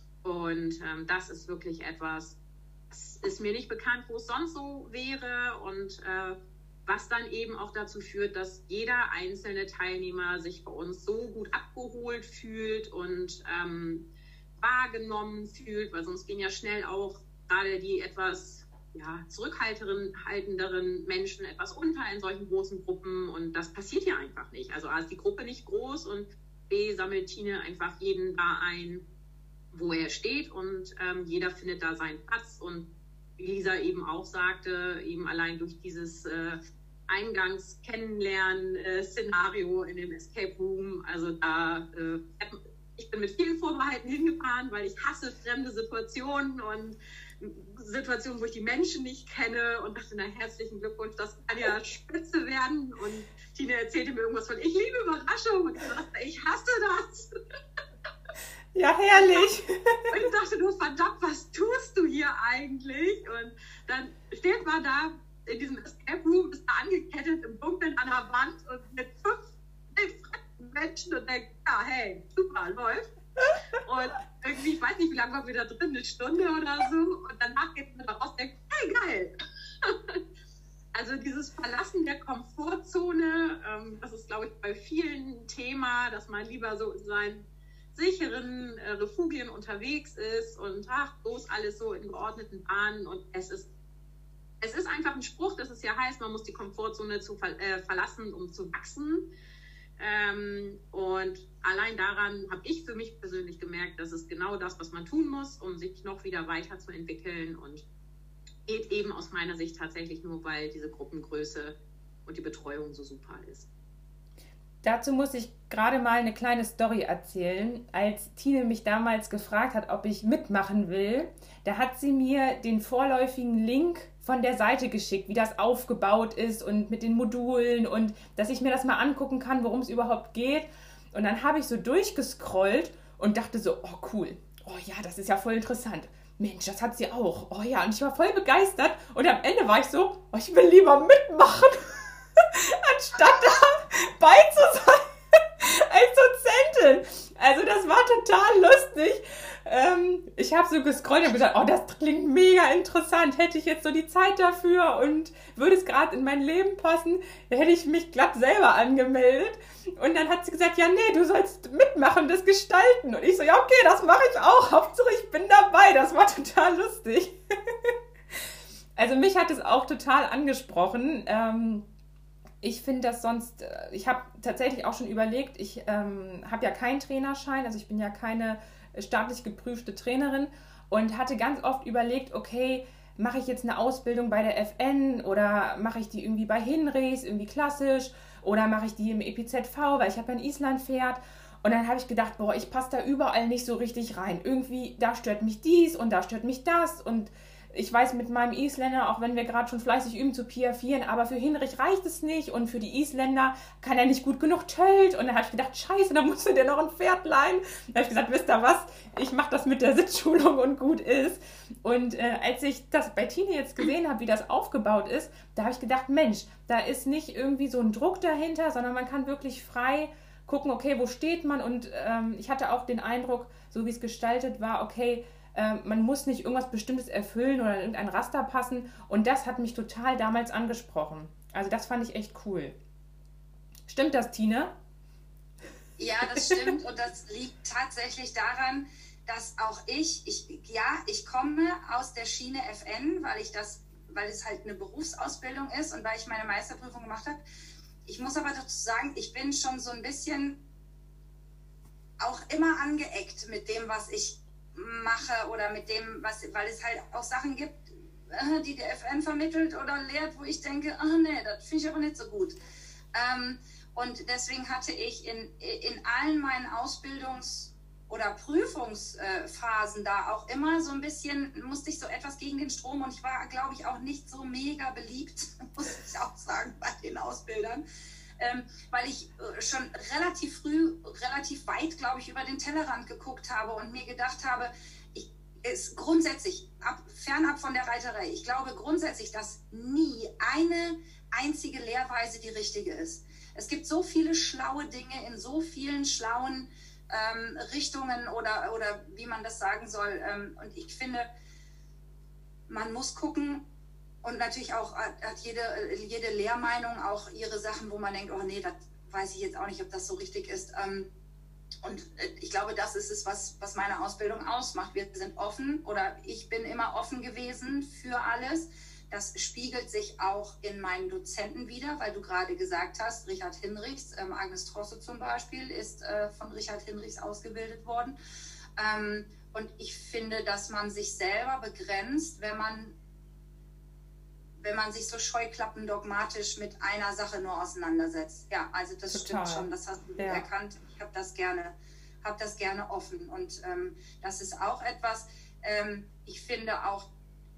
Und ähm, das ist wirklich etwas, das ist mir nicht bekannt, wo es sonst so wäre. Und äh, was dann eben auch dazu führt, dass jeder einzelne Teilnehmer sich bei uns so gut abgeholt fühlt und ähm, wahrgenommen fühlt, weil sonst gehen ja schnell auch gerade die etwas ja, zurückhaltenderen Menschen etwas unter in solchen großen Gruppen und das passiert hier einfach nicht. Also A ist die Gruppe nicht groß und B sammelt Tine einfach jeden da ein, wo er steht und ähm, jeder findet da seinen Platz und wie Lisa eben auch sagte, eben allein durch dieses äh, Eingangs-Kennenlernen-Szenario in dem Escape Room, also da äh, ich bin mit vielen Vorbehalten hingefahren, weil ich hasse fremde Situationen und Situationen, wo ich die Menschen nicht kenne und dachte, na, herzlichen Glückwunsch, das kann ja spitze werden. Und Tine erzählte mir irgendwas von, ich liebe Überraschungen und ich dachte, ich hasse das. Ja, herrlich. Und ich dachte nur, verdammt, was tust du hier eigentlich? Und dann steht man da in diesem Escape Room, ist da angekettet im Dunkeln an der Wand und mit fünf Menschen und denkt, ja, hey, super, läuft. Und irgendwie, ich weiß nicht, wie lange waren wir da drin, eine Stunde oder so. Und danach geht man da raus und denkt, hey, geil. Also dieses Verlassen der Komfortzone, ähm, das ist, glaube ich, bei vielen Thema, dass man lieber so in seinen sicheren äh, Refugien unterwegs ist und ach, bloß alles so in geordneten Bahnen. Und es ist, es ist einfach ein Spruch, dass es ja heißt, man muss die Komfortzone zu ver- äh, verlassen, um zu wachsen. Ähm, und allein daran habe ich für mich persönlich gemerkt, das ist genau das, was man tun muss, um sich noch wieder weiterzuentwickeln und geht eben aus meiner Sicht tatsächlich nur, weil diese Gruppengröße und die Betreuung so super ist. Dazu muss ich gerade mal eine kleine Story erzählen. Als Tine mich damals gefragt hat, ob ich mitmachen will, da hat sie mir den vorläufigen Link von der Seite geschickt, wie das aufgebaut ist und mit den Modulen und dass ich mir das mal angucken kann, worum es überhaupt geht. Und dann habe ich so durchgescrollt und dachte so, oh cool, oh ja, das ist ja voll interessant. Mensch, das hat sie auch. Oh ja, und ich war voll begeistert und am Ende war ich so, oh, ich will lieber mitmachen, anstatt dabei zu sein als Dozentin. Also das war total lustig. Ähm, ich habe so gescrollt und gedacht, oh, das klingt mega interessant. Hätte ich jetzt so die Zeit dafür und würde es gerade in mein Leben passen, dann hätte ich mich glatt selber angemeldet. Und dann hat sie gesagt, ja, nee, du sollst mitmachen, das gestalten. Und ich so, ja, okay, das mache ich auch. Hauptsache, ich bin dabei. Das war total lustig. Also mich hat es auch total angesprochen. Ähm, Ich finde das sonst, ich habe tatsächlich auch schon überlegt, ich ähm, habe ja keinen Trainerschein, also ich bin ja keine staatlich geprüfte Trainerin und hatte ganz oft überlegt, okay, mache ich jetzt eine Ausbildung bei der F N oder mache ich die irgendwie bei Hinrichs, irgendwie klassisch oder mache ich die im E P Z V, weil ich habe ja ein Islandpferd. Und dann habe ich gedacht, boah, ich passe da überall nicht so richtig rein. Irgendwie, da stört mich dies und da stört mich das und ich weiß mit meinem Isländer, auch wenn wir gerade schon fleißig üben zu piafieren, aber für Hinrich reicht es nicht und für die Isländer kann er nicht gut genug tölt. Und dann habe ich gedacht, scheiße, da musst du dir noch ein Pferd leihen. Dann habe ich gesagt, wisst ihr was, ich mache das mit der Sitzschulung und gut ist. Und äh, als ich das bei Tine jetzt gesehen habe, wie das aufgebaut ist, da habe ich gedacht, Mensch, da ist nicht irgendwie so ein Druck dahinter, sondern man kann wirklich frei gucken, okay, wo steht man? Und ähm, ich hatte auch den Eindruck, so wie es gestaltet war, okay, äh, man muss nicht irgendwas Bestimmtes erfüllen oder in irgendein Raster passen. Und das hat mich total damals angesprochen. Also das fand ich echt cool. Stimmt das, Tine? Ja, das stimmt. Und das liegt tatsächlich daran, dass auch ich, ich, ja, ich komme aus der Schiene F N, weil ich das, weil es halt eine Berufsausbildung ist und weil ich meine Meisterprüfung gemacht habe. Ich muss aber dazu sagen, ich bin schon so ein bisschen auch immer angeeckt mit dem, was ich mache oder mit dem, was, weil es halt auch Sachen gibt, die der F N vermittelt oder lehrt, wo ich denke, ach nee, das finde ich aber nicht so gut. Ähm, und deswegen hatte ich in, in allen meinen Ausbildungs- oder Prüfungsphasen da auch immer so ein bisschen, musste ich so etwas gegen den Strom und ich war, glaube ich, auch nicht so mega beliebt, muss ich auch sagen, bei den Ausbildern, ähm, weil ich schon relativ früh, relativ weit, glaube ich, über den Tellerrand geguckt habe und mir gedacht habe, ich, ist grundsätzlich, ab, fernab von der Reiterei, ich glaube grundsätzlich, dass nie eine einzige Lehrweise die richtige ist. Es gibt so viele schlaue Dinge in so vielen schlauen Ähm, Richtungen oder, oder wie man das sagen soll. Ähm, und ich finde, man muss gucken und natürlich auch hat jede, jede Lehrmeinung auch ihre Sachen, wo man denkt, oh nee, das weiß ich jetzt auch nicht, ob das so richtig ist. Ähm, und ich glaube, das ist es, was, was meine Ausbildung ausmacht. Wir sind offen oder ich bin immer offen gewesen für alles. Das spiegelt sich auch in meinen Dozenten wieder, weil du gerade gesagt hast, Richard Hinrichs, ähm, Agnes Trosse zum Beispiel, ist äh, von Richard Hinrichs ausgebildet worden. Ähm, und ich finde, dass man sich selber begrenzt, wenn man, wenn man sich so scheuklappendogmatisch mit einer Sache nur auseinandersetzt. Ja, also das Total. Stimmt schon, das hast du ja. erkannt. Ich habe das gerne, habe das gerne offen. Und ähm, das ist auch etwas, ähm, ich finde auch,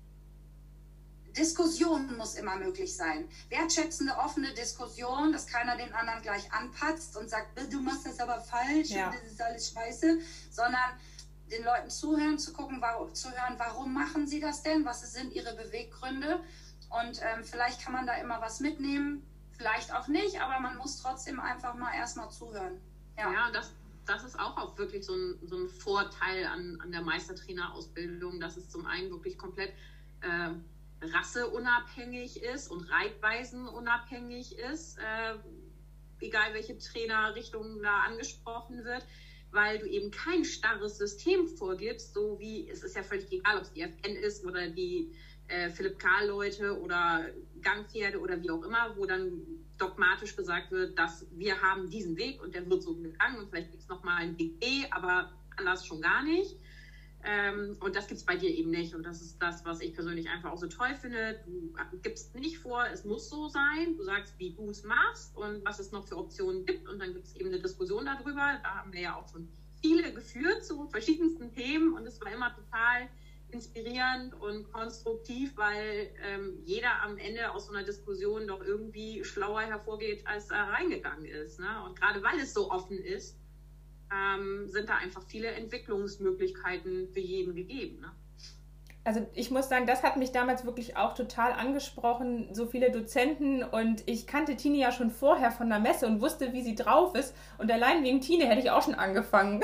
Diskussion muss immer möglich sein. Wertschätzende, offene Diskussion, dass keiner den anderen gleich anpatzt und sagt, du machst das aber falsch, ja. Das ist alles scheiße, sondern den Leuten zuhören, zu gucken, warum, zu hören, warum machen sie das denn, was sind ihre Beweggründe und ähm, vielleicht kann man da immer was mitnehmen, vielleicht auch nicht, aber man muss trotzdem einfach mal erstmal zuhören. Ja, ja das, das ist auch, auch wirklich so ein, so ein Vorteil an, an der Meistertrainerausbildung, dass es zum einen wirklich komplett äh, rasseunabhängig ist und reitweisenunabhängig ist, äh, egal welche Trainerrichtung da angesprochen wird, weil du eben kein starres System vorgibst, so wie, es ist ja völlig egal, ob es die F N ist oder die äh, Philipp Karl-Leute oder Gangpferde oder wie auch immer, wo dann dogmatisch gesagt wird, dass wir haben diesen Weg und der wird so gegangen und vielleicht gibt es nochmal einen Weg B, aber anders schon gar nicht. Ähm, und das gibt es bei dir eben nicht. Und das ist das, was ich persönlich einfach auch so toll finde. Du gibst nicht vor, es muss so sein. Du sagst, wie du es machst und was es noch für Optionen gibt. Und dann gibt es eben eine Diskussion darüber. Da haben wir ja auch schon viele geführt zu verschiedensten Themen. Und es war immer total inspirierend und konstruktiv, weil ähm, jeder am Ende aus so einer Diskussion doch irgendwie schlauer hervorgeht, als er reingegangen ist. Ne? Und gerade weil es so offen ist, Ähm, sind da einfach viele Entwicklungsmöglichkeiten für jeden gegeben. Ne? Also ich muss sagen, das hat mich damals wirklich auch total angesprochen, so viele Dozenten und ich kannte Tine ja schon vorher von der Messe und wusste, wie sie drauf ist und allein wegen Tine hätte ich auch schon angefangen.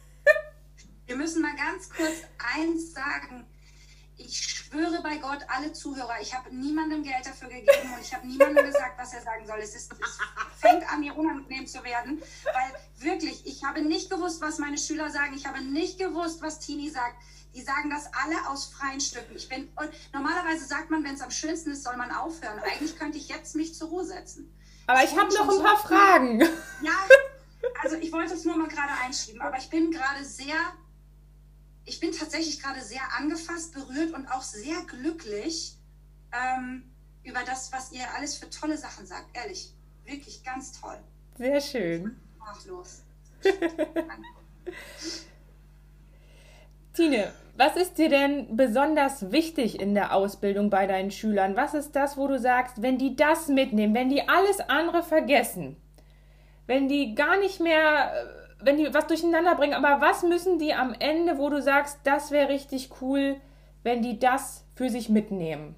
Wir müssen mal ganz kurz eins sagen. Ich schwöre bei Gott, alle Zuhörer, ich habe niemandem Geld dafür gegeben und ich habe niemandem gesagt, was er sagen soll. Es, ist, es fängt an, mir unangenehm zu werden, weil wirklich, ich habe nicht gewusst, was meine Schüler sagen. Ich habe nicht gewusst, was Tini sagt. Die sagen das alle aus freien Stücken. Ich bin, und normalerweise sagt man, wenn es am schönsten ist, soll man aufhören. Eigentlich könnte ich jetzt mich zur Ruhe setzen. Aber ich, ich habe noch ein paar so Fragen. Ja, also ich wollte es nur mal gerade einschieben, aber ich bin gerade sehr... Ich bin tatsächlich gerade sehr angefasst, berührt und auch sehr glücklich ähm, über das, was ihr alles für tolle Sachen sagt. Ehrlich, wirklich ganz toll. Sehr schön. Mach los. Tine, Was ist dir denn besonders wichtig in der Ausbildung bei deinen Schülern? Was ist das, wo du sagst, wenn die das mitnehmen, wenn die alles andere vergessen, wenn die gar nicht mehr, wenn die was durcheinander bringen, aber was müssen die am Ende, wo du sagst, das wäre richtig cool, wenn die das für sich mitnehmen?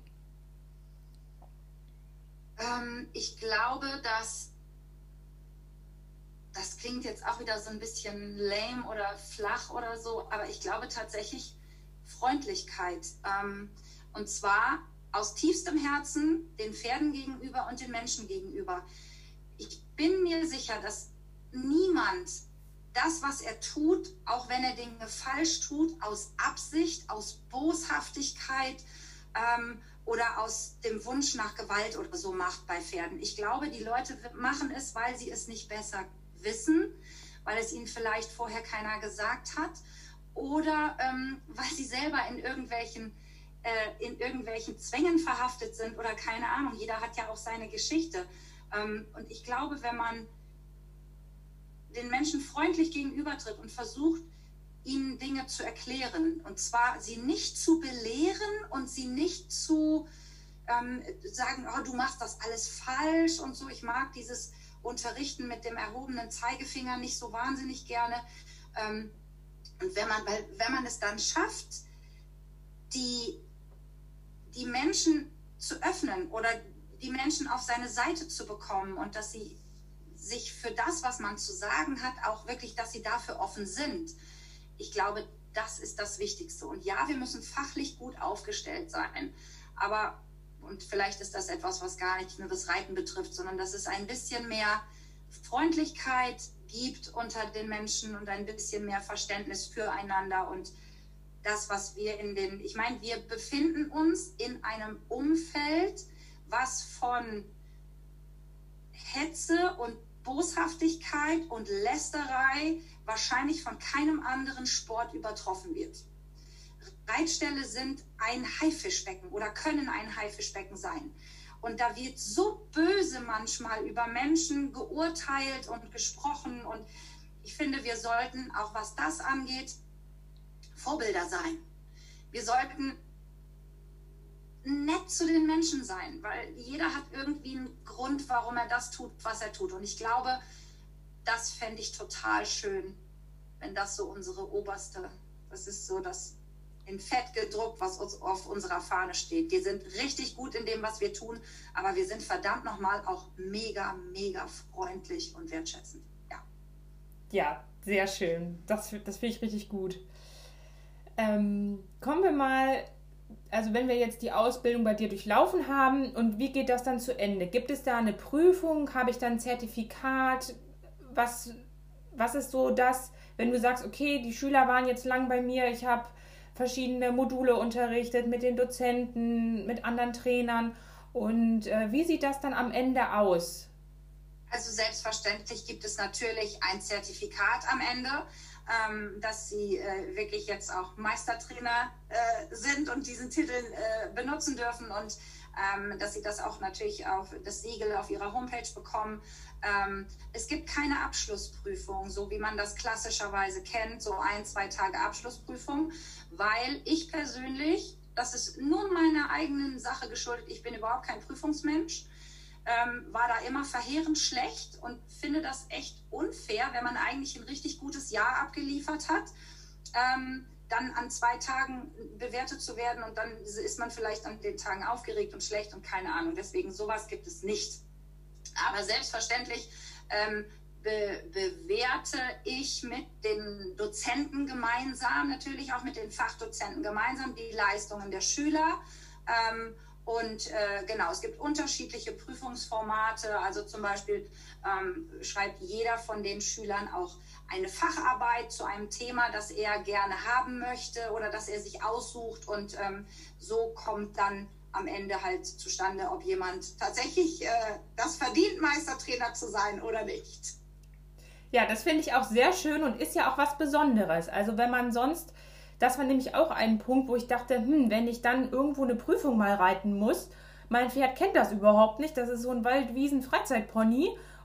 Ähm, ich glaube, dass das klingt jetzt auch wieder so ein bisschen lame oder flach oder so, aber ich glaube tatsächlich Freundlichkeit. Ähm, und zwar aus tiefstem Herzen den Pferden gegenüber und den Menschen gegenüber. Ich bin mir sicher, dass niemand das, was er tut, auch wenn er Dinge falsch tut, aus Absicht, aus Boshaftigkeit ähm, oder aus dem Wunsch nach Gewalt oder so macht bei Pferden. Ich glaube, die Leute machen es, weil sie es nicht besser wissen, weil es ihnen vielleicht vorher keiner gesagt hat oder ähm, weil sie selber in irgendwelchen, äh, in irgendwelchen Zwängen verhaftet sind oder keine Ahnung. Jeder hat ja auch seine Geschichte. Ähm, und ich glaube, wenn man den Menschen freundlich gegenübertritt und versucht, ihnen Dinge zu erklären, und zwar sie nicht zu belehren und sie nicht zu ähm, sagen, oh, du machst das alles falsch und so. Ich mag dieses Unterrichten mit dem erhobenen Zeigefinger nicht so wahnsinnig gerne. Ähm, und wenn man, weil, wenn man es dann schafft, die, die Menschen zu öffnen oder die Menschen auf seine Seite zu bekommen und dass sie sich für das, was man zu sagen hat, auch wirklich, dass sie dafür offen sind. Ich glaube, das ist das Wichtigste. Und ja, wir müssen fachlich gut aufgestellt sein. Aber, und vielleicht ist das etwas, was gar nicht nur das Reiten betrifft, sondern dass es ein bisschen mehr Freundlichkeit gibt unter den Menschen und ein bisschen mehr Verständnis füreinander. Und das, was wir in den, ich meine, wir befinden uns in einem Umfeld, was von Hetze und Boshaftigkeit und Lästerei wahrscheinlich von keinem anderen Sport übertroffen wird. Reitställe sind ein Haifischbecken oder können ein Haifischbecken sein. Und da wird so böse manchmal über Menschen geurteilt und gesprochen. Und ich finde, wir sollten, auch was das angeht, Vorbilder sein. Wir sollten nett zu den Menschen sein, weil jeder hat irgendwie einen Grund, warum er das tut, was er tut. Und ich glaube, das fände ich total schön, wenn das so unsere oberste, das ist so das in Fett gedruckt, was uns auf unserer Fahne steht. Wir sind richtig gut in dem, was wir tun, aber wir sind verdammt nochmal auch mega, mega freundlich und wertschätzend. Ja, ja, sehr schön. Das, das finde ich richtig gut. Ähm, kommen wir mal, also wenn wir jetzt die Ausbildung bei dir durchlaufen haben, und wie geht das dann zu Ende? Gibt es da eine Prüfung? Habe ich dann ein Zertifikat? Was, was ist so das, wenn du sagst, okay, die Schüler waren jetzt lang bei mir, ich habe verschiedene Module unterrichtet mit den Dozenten, mit anderen Trainern, und äh, wie sieht das dann am Ende aus? Also selbstverständlich gibt es natürlich ein Zertifikat am Ende, ähm, dass sie äh, wirklich jetzt auch Meistertrainer äh, sind und diesen Titel äh, benutzen dürfen und ähm, dass sie das auch natürlich auf das Siegel auf ihrer Homepage bekommen. Ähm, es gibt keine Abschlussprüfung, so wie man das klassischerweise kennt, so ein, zwei Tage Abschlussprüfung, weil ich persönlich, das ist nur meiner eigenen Sache geschuldet, ich bin überhaupt kein Prüfungsmensch, ähm, war da immer verheerend schlecht und finde das echt unfair, wenn man eigentlich ein richtig gutes Jahr abgeliefert hat, ähm, dann an zwei Tagen bewertet zu werden und dann ist man vielleicht an den Tagen aufgeregt und schlecht und keine Ahnung. Deswegen sowas gibt es nicht. Aber selbstverständlich ähm, be- bewerte ich mit den Dozenten gemeinsam, natürlich auch mit den Fachdozenten gemeinsam, die Leistungen der Schüler. Ähm, und äh, genau, es gibt unterschiedliche Prüfungsformate. Also zum Beispiel ähm, schreibt jeder von den Schülern auch eine Facharbeit zu einem Thema, das er gerne haben möchte oder das er sich aussucht. Und ähm, so kommt dann am Ende halt zustande, ob jemand tatsächlich äh, das verdient, Meistertrainer zu sein oder nicht. Ja, das finde ich auch sehr schön und ist ja auch was Besonderes. Also wenn man sonst, das war nämlich auch ein Punkt, wo ich dachte, hm, wenn ich dann irgendwo eine Prüfung mal reiten muss, mein Pferd kennt das überhaupt nicht, das ist so ein Waldwiesen-Freizeitpony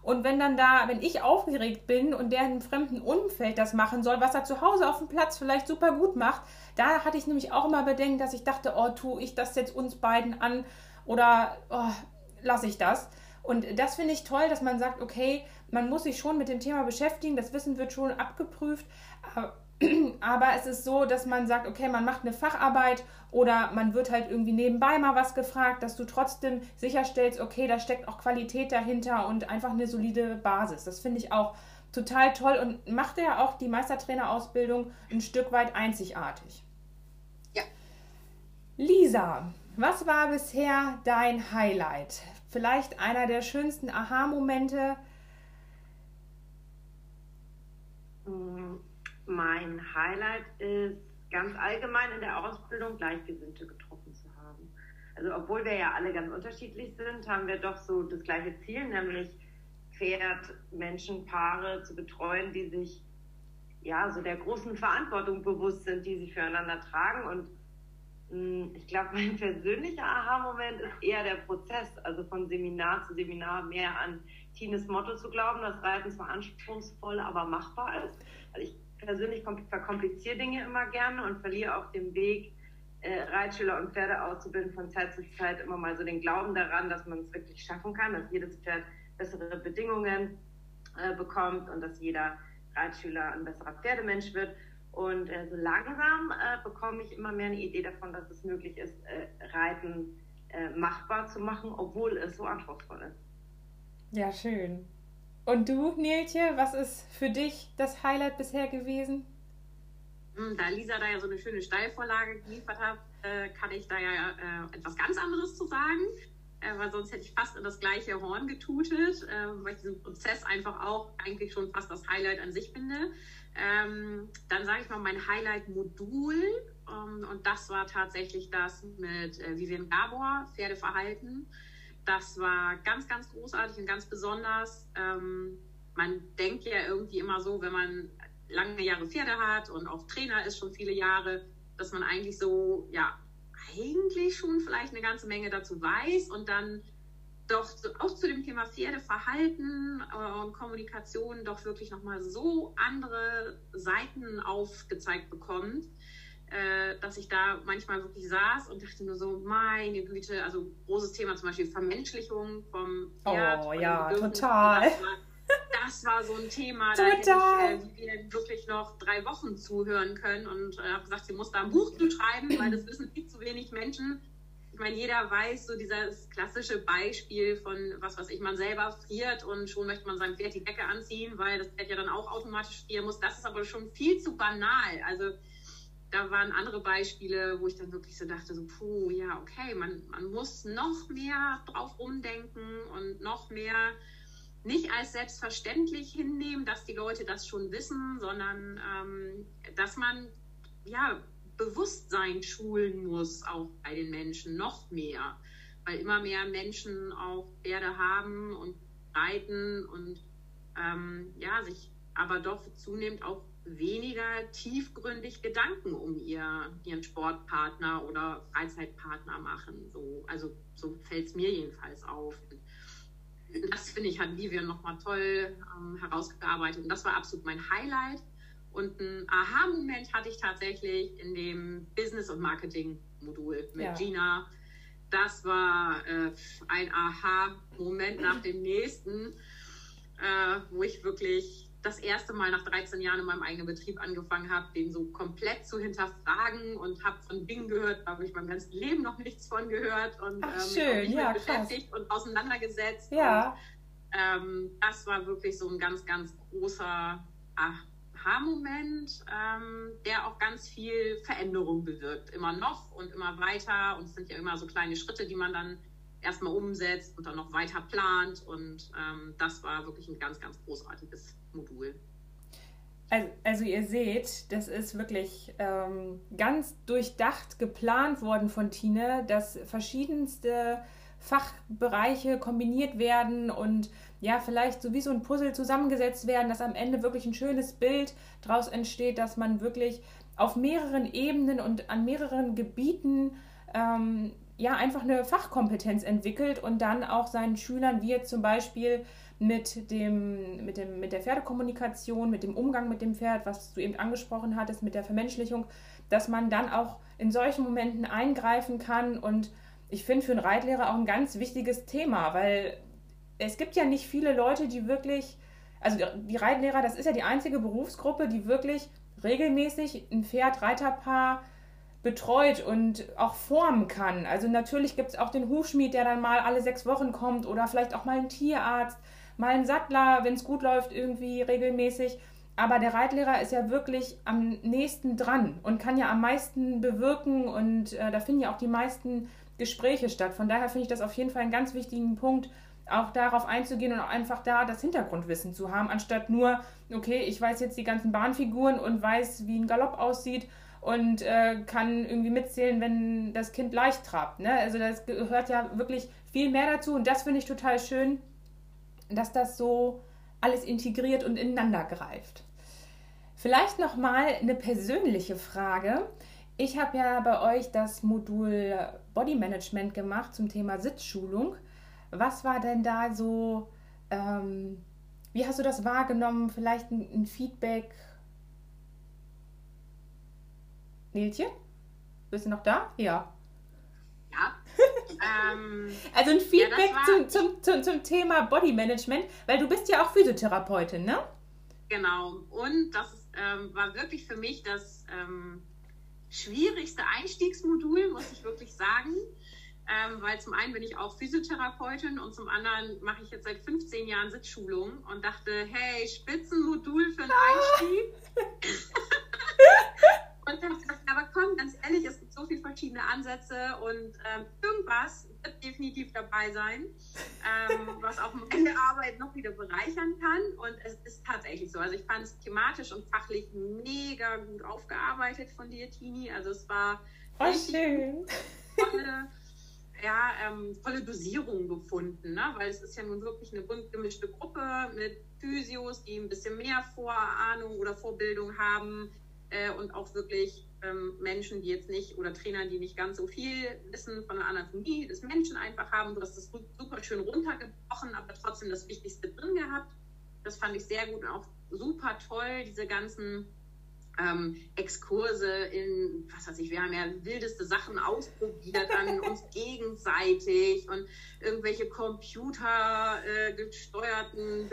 Und wenn dann da, wenn ich aufgeregt bin und der in einem fremden Umfeld das machen soll, was er zu Hause auf dem Platz vielleicht super gut macht, da hatte ich nämlich auch immer Bedenken, dass ich dachte, oh, tue ich das jetzt uns beiden an oder oh, lasse ich das? Und das finde ich toll, dass man sagt, okay, man muss sich schon mit dem Thema beschäftigen, das Wissen wird schon abgeprüft, aber es ist so, dass man sagt, okay, man macht eine Facharbeit oder man wird halt irgendwie nebenbei mal was gefragt, dass du trotzdem sicherstellst, okay, da steckt auch Qualität dahinter und einfach eine solide Basis. Das finde ich auch total toll und macht ja auch die Meistertrainerausbildung ein Stück weit einzigartig. Ja. Lisa, was war bisher dein Highlight? Vielleicht einer der schönsten Aha-Momente? Mein Highlight ist ganz allgemein in der Ausbildung Gleichgesinnte getroffen zu haben. Also obwohl wir ja alle ganz unterschiedlich sind, haben wir doch so das gleiche Ziel, nämlich Pferd, Menschen, Paare zu betreuen, die sich ja so der großen Verantwortung bewusst sind, die sie füreinander tragen. Und mh, ich glaube, mein persönlicher Aha-Moment ist eher der Prozess, also von Seminar zu Seminar mehr an Tines Motto zu glauben, dass Reiten zwar anspruchsvoll, aber machbar ist. Also ich persönlich verkompliziere Dinge immer gerne und verliere auf dem Weg, äh, Reitschüler und Pferde auszubilden, von Zeit zu Zeit immer mal so den Glauben daran, dass man es wirklich schaffen kann, dass jedes Pferd bessere Bedingungen äh, bekommt und dass jeder Reitschüler ein besserer Pferdemensch wird. Und äh, so langsam äh, bekomme ich immer mehr eine Idee davon, dass es möglich ist, äh, Reiten äh, machbar zu machen, obwohl es so anspruchsvoll ist. Ja, schön. Und du, Niltje, was ist für dich das Highlight bisher gewesen? Da Lisa da ja so eine schöne Steilvorlage geliefert hat, äh, kann ich da ja äh, etwas ganz anderes zu sagen, äh, weil sonst hätte ich fast in das gleiche Horn getutet, äh, weil ich diesen Prozess einfach auch eigentlich schon fast das Highlight an sich finde. Ähm, dann sage ich mal mein Highlight-Modul ähm, und das war tatsächlich das mit äh, Vivian Gabor, Pferdeverhalten. Das war ganz, ganz großartig und ganz besonders. Ähm, man denkt ja irgendwie immer so, wenn man lange Jahre Pferde hat und auch Trainer ist schon viele Jahre, dass man eigentlich so, ja, eigentlich schon vielleicht eine ganze Menge dazu weiß und dann doch auch zu dem Thema Pferdeverhalten und Kommunikation doch wirklich nochmal so andere Seiten aufgezeigt bekommt, dass ich da manchmal wirklich saß und dachte nur so, meine Güte, also großes Thema zum Beispiel Vermenschlichung vom Pferd. Oh ja, total. Das war, das war so ein Thema, total. Da hätte ich äh, wirklich noch drei Wochen zuhören können und äh, habe gesagt, sie muss da ein Buch zu schreiben, weil das wissen viel zu wenig Menschen. Ich meine, jeder weiß so dieses klassische Beispiel von, was weiß ich, man selber friert und schon möchte man seinem Pferd die Decke anziehen, weil das Pferd ja dann auch automatisch frieren muss. Das ist aber schon viel zu banal. Also da waren andere Beispiele, wo ich dann wirklich so dachte, so, puh, ja, okay, man, man muss noch mehr drauf umdenken und noch mehr nicht als selbstverständlich hinnehmen, dass die Leute das schon wissen, sondern ähm, dass man ja Bewusstsein schulen muss, auch bei den Menschen, noch mehr. Weil immer mehr Menschen auch Pferde haben und reiten und ähm, ja, sich aber doch zunehmend auch weniger tiefgründig Gedanken um ihr, ihren Sportpartner oder Freizeitpartner machen. So, also so fällt es mir jedenfalls auf. Das, finde ich, hat Vivian nochmal toll ähm, herausgearbeitet. Und das war absolut mein Highlight. Und ein Aha-Moment hatte ich tatsächlich in dem Business- und Marketing-Modul mit ja. Gina. Das war äh, ein Aha-Moment nach dem nächsten, äh, wo ich wirklich das erste Mal nach dreizehn Jahren in meinem eigenen Betrieb angefangen habe, den so komplett zu hinterfragen und habe von Dingen gehört, da habe ich mein ganzes Leben noch nichts von gehört und Ach, ähm, schön. mich Ja, beschäftigt und auseinandergesetzt. Ja. Und, ähm, das war wirklich so ein ganz, ganz großer Aha-Moment, ähm, der auch ganz viel Veränderung bewirkt. Immer noch und immer weiter. Und es sind ja immer so kleine Schritte, die man dann erstmal umsetzt und dann noch weiter plant. Und ähm, das war wirklich ein ganz, ganz großartiges Modul. Also, also ihr seht, das ist wirklich ähm, ganz durchdacht geplant worden von Tine, dass verschiedenste Fachbereiche kombiniert werden und ja, vielleicht so wie so ein Puzzle zusammengesetzt werden, dass am Ende wirklich ein schönes Bild daraus entsteht, dass man wirklich auf mehreren Ebenen und an mehreren Gebieten ähm, ja einfach eine Fachkompetenz entwickelt und dann auch seinen Schülern, wie jetzt zum Beispiel mit dem, mit dem, mit der Pferdekommunikation, mit dem Umgang mit dem Pferd, was du eben angesprochen hattest, mit der Vermenschlichung, dass man dann auch in solchen Momenten eingreifen kann. Und ich finde für einen Reitlehrer auch ein ganz wichtiges Thema, weil es gibt ja nicht viele Leute, die wirklich, also die Reitlehrer, das ist ja die einzige Berufsgruppe, die wirklich regelmäßig ein Pferd-Reiterpaar betreut und auch formen kann. Also natürlich gibt es auch den Hufschmied, der dann mal alle sechs Wochen kommt oder vielleicht auch mal einen Tierarzt, mal einen Sattler, wenn es gut läuft, irgendwie regelmäßig. Aber der Reitlehrer ist ja wirklich am nächsten dran und kann ja am meisten bewirken und äh, da finden ja auch die meisten Gespräche statt. Von daher finde ich das auf jeden Fall einen ganz wichtigen Punkt, auch darauf einzugehen und auch einfach da das Hintergrundwissen zu haben, anstatt nur, okay, ich weiß jetzt die ganzen Bahnfiguren und weiß, wie ein Galopp aussieht und äh, kann irgendwie mitzählen, wenn das Kind leicht trabt. Ne? Also das gehört ja wirklich viel mehr dazu und das finde ich total schön, dass das so alles integriert und ineinander greift. Vielleicht nochmal eine persönliche Frage. Ich habe ja bei euch das Modul Body Management gemacht zum Thema Sitzschulung. Was war denn da so, ähm, wie hast du das wahrgenommen? Vielleicht ein, ein Feedback? Niltje? Bist du noch da? Ja. Ja. ähm, also ein Feedback ja, zum, zum, zum, zum Thema Body Management, weil du bist ja auch Physiotherapeutin, ne? Genau. Und das ähm, war wirklich für mich das ähm, schwierigste Einstiegsmodul, muss ich wirklich sagen. Ähm, weil zum einen bin ich auch Physiotherapeutin und zum anderen mache ich jetzt seit fünfzehn Jahren Sitzschulung und dachte, hey, Spitzenmodul für einen Einstieg. Und dann dachte ich, aber komm, ganz ehrlich, es gibt so viele verschiedene Ansätze und ähm, irgendwas wird definitiv dabei sein, ähm, was auch meine Arbeit noch wieder bereichern kann. Und es ist tatsächlich so. Also ich fand es thematisch und fachlich mega gut aufgearbeitet von dir, Tini. Also es war oh, schön. Tolle, ja, ähm, tolle Dosierung gefunden, ne? Weil es ist ja nun wirklich eine bunt gemischte Gruppe mit Physios, die ein bisschen mehr Vorahnung oder Vorbildung haben, Äh, und auch wirklich ähm, Menschen, die jetzt nicht, oder Trainer, die nicht ganz so viel Wissen von der Anatomie des Menschen einfach haben. Du hast das super schön runtergebrochen, aber trotzdem das Wichtigste drin gehabt. Das fand ich sehr gut und auch super toll, diese ganzen ähm, Exkurse in, was weiß ich, wir haben ja wildeste Sachen ausprobiert an uns gegenseitig und irgendwelche computergesteuerten äh,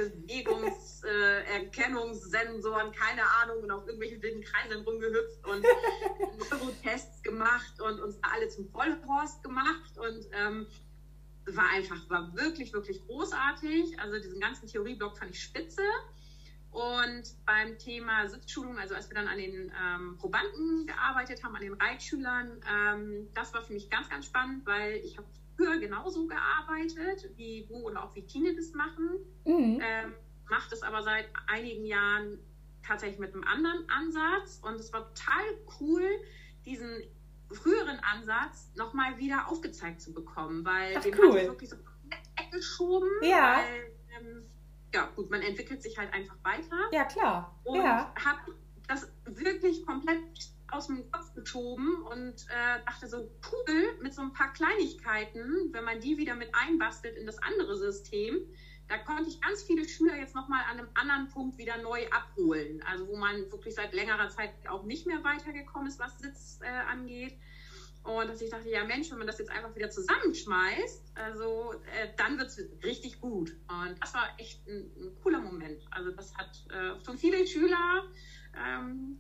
Bewegungserkennungssensoren, äh, keine Ahnung, und auf irgendwelchen wilden Kreiseln rumgehüpft und Neurotests gemacht und uns da alle zum Vollhorst gemacht und ähm, war einfach, war wirklich, wirklich großartig. Also diesen ganzen Theorieblock fand ich spitze. Und beim Thema Sitzschulung, also als wir dann an den ähm, Probanden gearbeitet haben, an den Reitschülern, ähm, das war für mich ganz, ganz spannend, weil ich habe früher genauso gearbeitet, wie du oder auch wie Tine das machen, mhm. ähm, mache das aber seit einigen Jahren tatsächlich mit einem anderen Ansatz und es war total cool, diesen früheren Ansatz nochmal wieder aufgezeigt zu bekommen, weil Ach, den cool. habe ich wirklich so weggeschoben, ja. weil ähm, ja, gut, man entwickelt sich halt einfach weiter. Ja, klar. Und ja. habe das wirklich komplett aus dem Kopf geschoben und äh, dachte so, cool, mit so ein paar Kleinigkeiten, wenn man die wieder mit einbastelt in das andere System, da konnte ich ganz viele Schüler jetzt nochmal an einem anderen Punkt wieder neu abholen. Also wo man wirklich seit längerer Zeit auch nicht mehr weitergekommen ist, was Sitz äh, angeht. Und dass ich dachte, ja Mensch, wenn man das jetzt einfach wieder zusammenschmeißt, also äh, dann wird es richtig gut. Und das war echt ein, ein cooler Moment. Also das hat äh, schon viele Schüler ähm,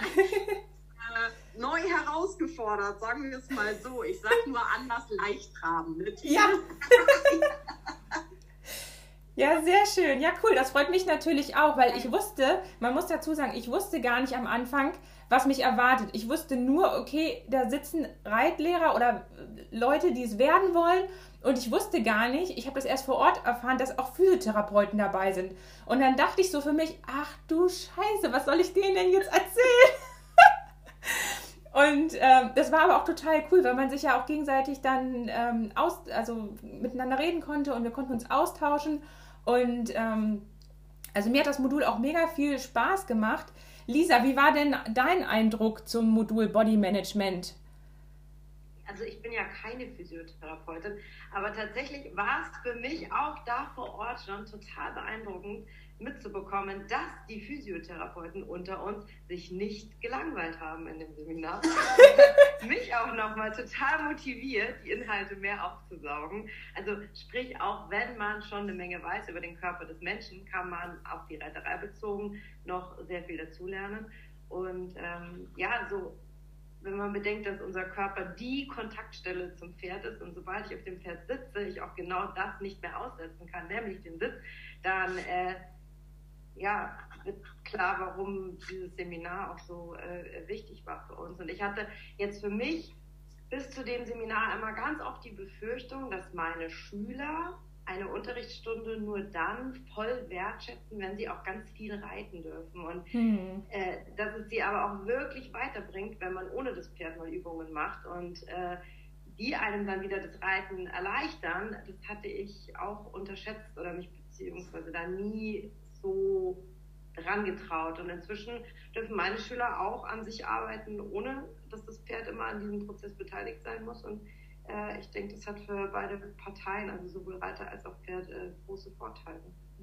äh, neu herausgefordert, sagen wir es mal so. Ich sage nur anders leicht traben. Ne? Ja. Ja, sehr schön. Ja, cool. Das freut mich natürlich auch, weil ich wusste, man muss dazu sagen, ich wusste gar nicht am Anfang, was mich erwartet. Ich wusste nur, okay, da sitzen Reitlehrer oder Leute, die es werden wollen. Und ich wusste gar nicht, ich habe das erst vor Ort erfahren, dass auch Physiotherapeuten dabei sind. Und dann dachte ich so für mich, ach du Scheiße, was soll ich denen denn jetzt erzählen? Und ähm, das war aber auch total cool, weil man sich ja auch gegenseitig dann ähm, aus, also miteinander reden konnte und wir konnten uns austauschen. Und ähm, also mir hat das Modul auch mega viel Spaß gemacht. Lisa, wie war denn dein Eindruck zum Modul Body Management? also ich bin ja keine Physiotherapeutin, aber tatsächlich war es für mich auch da vor Ort schon total beeindruckend mitzubekommen, dass die Physiotherapeuten unter uns sich nicht gelangweilt haben in dem Seminar. Mich auch nochmal total motiviert, die Inhalte mehr aufzusaugen. Also sprich, auch wenn man schon eine Menge weiß über den Körper des Menschen, kann man auf die Reiterei bezogen noch sehr viel dazulernen. Und ähm, ja, so wenn man bedenkt, dass unser Körper die Kontaktstelle zum Pferd ist und sobald ich auf dem Pferd sitze, ich auch genau das nicht mehr aussetzen kann, nämlich den Sitz, dann äh, ja, wird klar, warum dieses Seminar auch so äh, wichtig war für uns. Und ich hatte jetzt für mich bis zu dem Seminar immer ganz oft die Befürchtung, dass meine Schüler eine Unterrichtsstunde nur dann voll wertschätzen, wenn sie auch ganz viel reiten dürfen. Und hm. äh, dass es sie aber auch wirklich weiterbringt, wenn man ohne das Pferd mal Übungen macht und äh, die einem dann wieder das Reiten erleichtern, das hatte ich auch unterschätzt oder mich beziehungsweise da nie so dran getraut. Und inzwischen dürfen meine Schüler auch an sich arbeiten, ohne dass das Pferd immer an diesem Prozess beteiligt sein muss. Und äh, ich denke, das hat für beide Parteien, also sowohl Reiter als auch Pferd, äh, große Vorteile.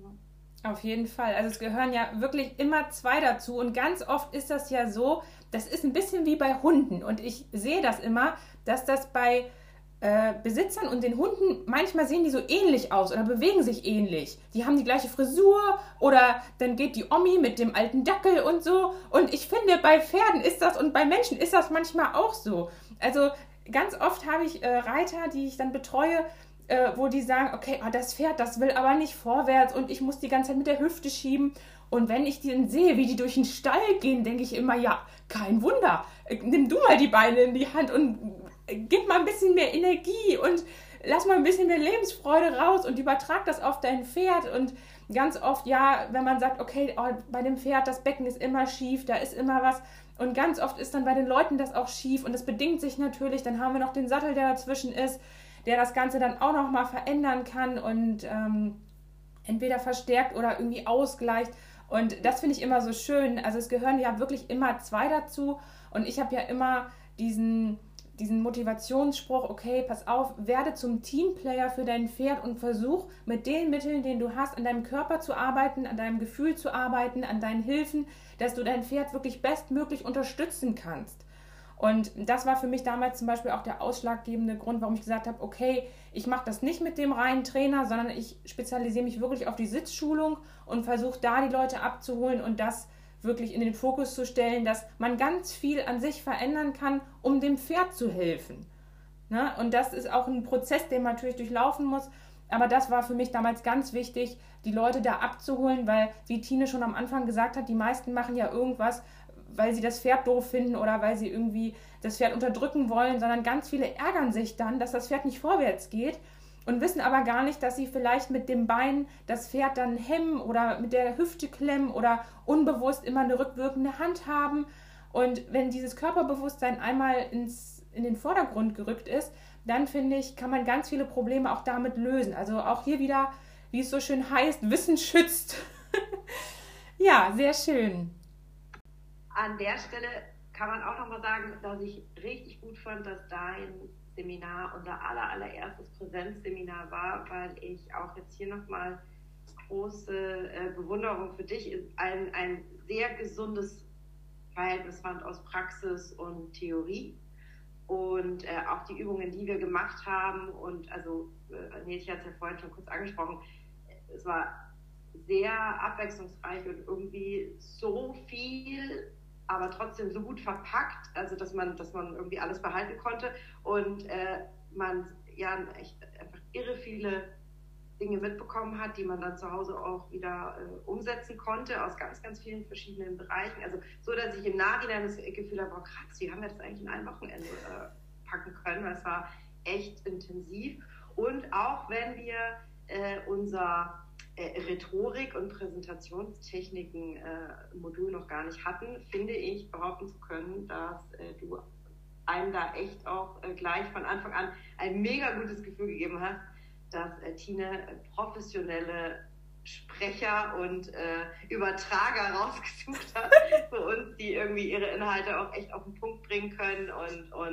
Ja. Auf jeden Fall. Also es gehören ja wirklich immer zwei dazu. Und ganz oft ist das ja so, das ist ein bisschen wie bei Hunden. Und ich sehe das immer, dass das bei Besitzern und den Hunden, manchmal sehen die so ähnlich aus oder bewegen sich ähnlich. Die haben die gleiche Frisur oder dann geht die Omi mit dem alten Dackel und so. Und ich finde, bei Pferden ist das und bei Menschen ist das manchmal auch so. Also ganz oft habe ich äh, Reiter, die ich dann betreue, äh, wo die sagen, okay, oh, das Pferd, das will aber nicht vorwärts und ich muss die ganze Zeit mit der Hüfte schieben. Und wenn ich die dann sehe, wie die durch den Stall gehen, denke ich immer, ja, kein Wunder. Nimm du mal die Beine in die Hand und gib mal ein bisschen mehr Energie und lass mal ein bisschen mehr Lebensfreude raus und übertrag das auf dein Pferd. Und ganz oft, ja, wenn man sagt, okay, oh, bei dem Pferd, das Becken ist immer schief, da ist immer was. Und ganz oft ist dann bei den Leuten das auch schief und das bedingt sich natürlich. Dann haben wir noch den Sattel, der dazwischen ist, der das Ganze dann auch noch mal verändern kann und ähm, entweder verstärkt oder irgendwie ausgleicht. Und das finde ich immer so schön. Also es gehören ja wirklich immer zwei dazu. Und ich habe ja immer diesen, diesen Motivationsspruch, okay, pass auf, werde zum Teamplayer für dein Pferd und versuch mit den Mitteln, den du hast, an deinem Körper zu arbeiten, an deinem Gefühl zu arbeiten, an deinen Hilfen, dass du dein Pferd wirklich bestmöglich unterstützen kannst. Und das war für mich damals zum Beispiel auch der ausschlaggebende Grund, warum ich gesagt habe, okay, ich mache das nicht mit dem reinen Trainer, sondern ich spezialisiere mich wirklich auf die Sitzschulung und versuche da die Leute abzuholen und das wirklich in den Fokus zu stellen, dass man ganz viel an sich verändern kann, um dem Pferd zu helfen. Ne? Und das ist auch ein Prozess, den man natürlich durchlaufen muss. Aber das war für mich damals ganz wichtig, die Leute da abzuholen, weil, wie Tine schon am Anfang gesagt hat, die meisten machen ja irgendwas, weil sie das Pferd doof finden oder weil sie irgendwie das Pferd unterdrücken wollen, sondern ganz viele ärgern sich dann, dass das Pferd nicht vorwärts geht und wissen aber gar nicht, dass sie vielleicht mit dem Bein das Pferd dann hemmen oder mit der Hüfte klemmen oder unbewusst immer eine rückwirkende Hand haben. Und wenn dieses Körperbewusstsein einmal ins, in den Vordergrund gerückt ist, dann finde ich, kann man ganz viele Probleme auch damit lösen. Also auch hier wieder, wie es so schön heißt, Wissen schützt. Ja, sehr schön. An der Stelle kann man auch nochmal sagen, dass ich richtig gut fand, dass dein Seminar unser aller, allererstes Präsenzseminar war, weil ich auch jetzt hier nochmal große äh, Bewunderung für dich ist. Ein, ein sehr gesundes Verhältnis fand aus Praxis und Theorie. Und äh, auch die Übungen, die wir gemacht haben, und also, äh, Netje hat es ja vorhin schon kurz angesprochen, es war sehr abwechslungsreich und irgendwie so viel, aber trotzdem so gut verpackt, also dass man, dass man irgendwie alles behalten konnte und äh, man ja echt einfach irre viele Dinge mitbekommen hat, die man dann zu Hause auch wieder äh, umsetzen konnte aus ganz, ganz vielen verschiedenen Bereichen. Also so, dass ich im Nachhinein das Gefühl habe, oh krass, wie haben wir das eigentlich in einem Wochenende äh, packen können, weil es war echt intensiv. Und auch wenn wir äh, unser äh, Rhetorik- und Präsentationstechniken-Modul äh, noch gar nicht hatten, finde ich, behaupten zu können, dass äh, du einem da echt auch äh, gleich von Anfang an ein mega gutes Gefühl gegeben hast, dass äh, Tine äh, professionelle Sprecher und äh, Übertrager rausgesucht hat für uns, die irgendwie ihre Inhalte auch echt auf den Punkt bringen können und, und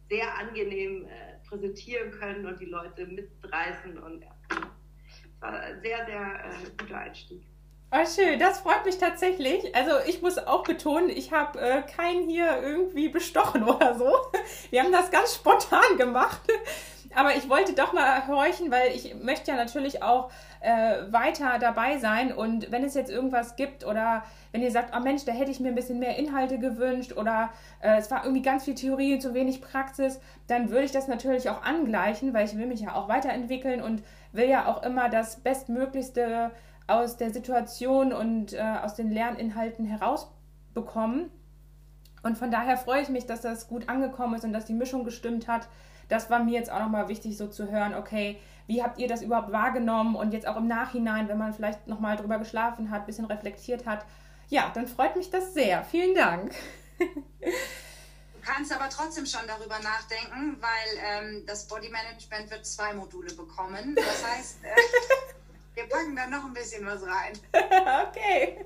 sehr angenehm äh, präsentieren können und die Leute mitreißen. Und ja, es war ein sehr, sehr äh, guter Einstieg. Oh, schön, das freut mich tatsächlich. Also ich muss auch betonen, ich habe äh, keinen hier irgendwie bestochen oder so. Wir haben das ganz spontan gemacht. Aber ich wollte doch mal horchen, weil ich möchte ja natürlich auch äh, weiter dabei sein. Und wenn es jetzt irgendwas gibt oder wenn ihr sagt, oh Mensch, da hätte ich mir ein bisschen mehr Inhalte gewünscht oder äh, es war irgendwie ganz viel Theorie und zu wenig Praxis, dann würde ich das natürlich auch angleichen, weil ich will mich ja auch weiterentwickeln und will ja auch immer das Bestmöglichste aus der Situation und äh, aus den Lerninhalten herausbekommen. Und von daher freue ich mich, dass das gut angekommen ist und dass die Mischung gestimmt hat. Das war mir jetzt auch nochmal wichtig, so zu hören, okay, wie habt ihr das überhaupt wahrgenommen und jetzt auch im Nachhinein, wenn man vielleicht nochmal drüber geschlafen hat, ein bisschen reflektiert hat. Ja, dann freut mich das sehr. Vielen Dank. Du kannst aber trotzdem schon darüber nachdenken, weil ähm, das Body Management wird zwei Module bekommen. Das heißt, äh, wir packen da noch ein bisschen was rein. Okay.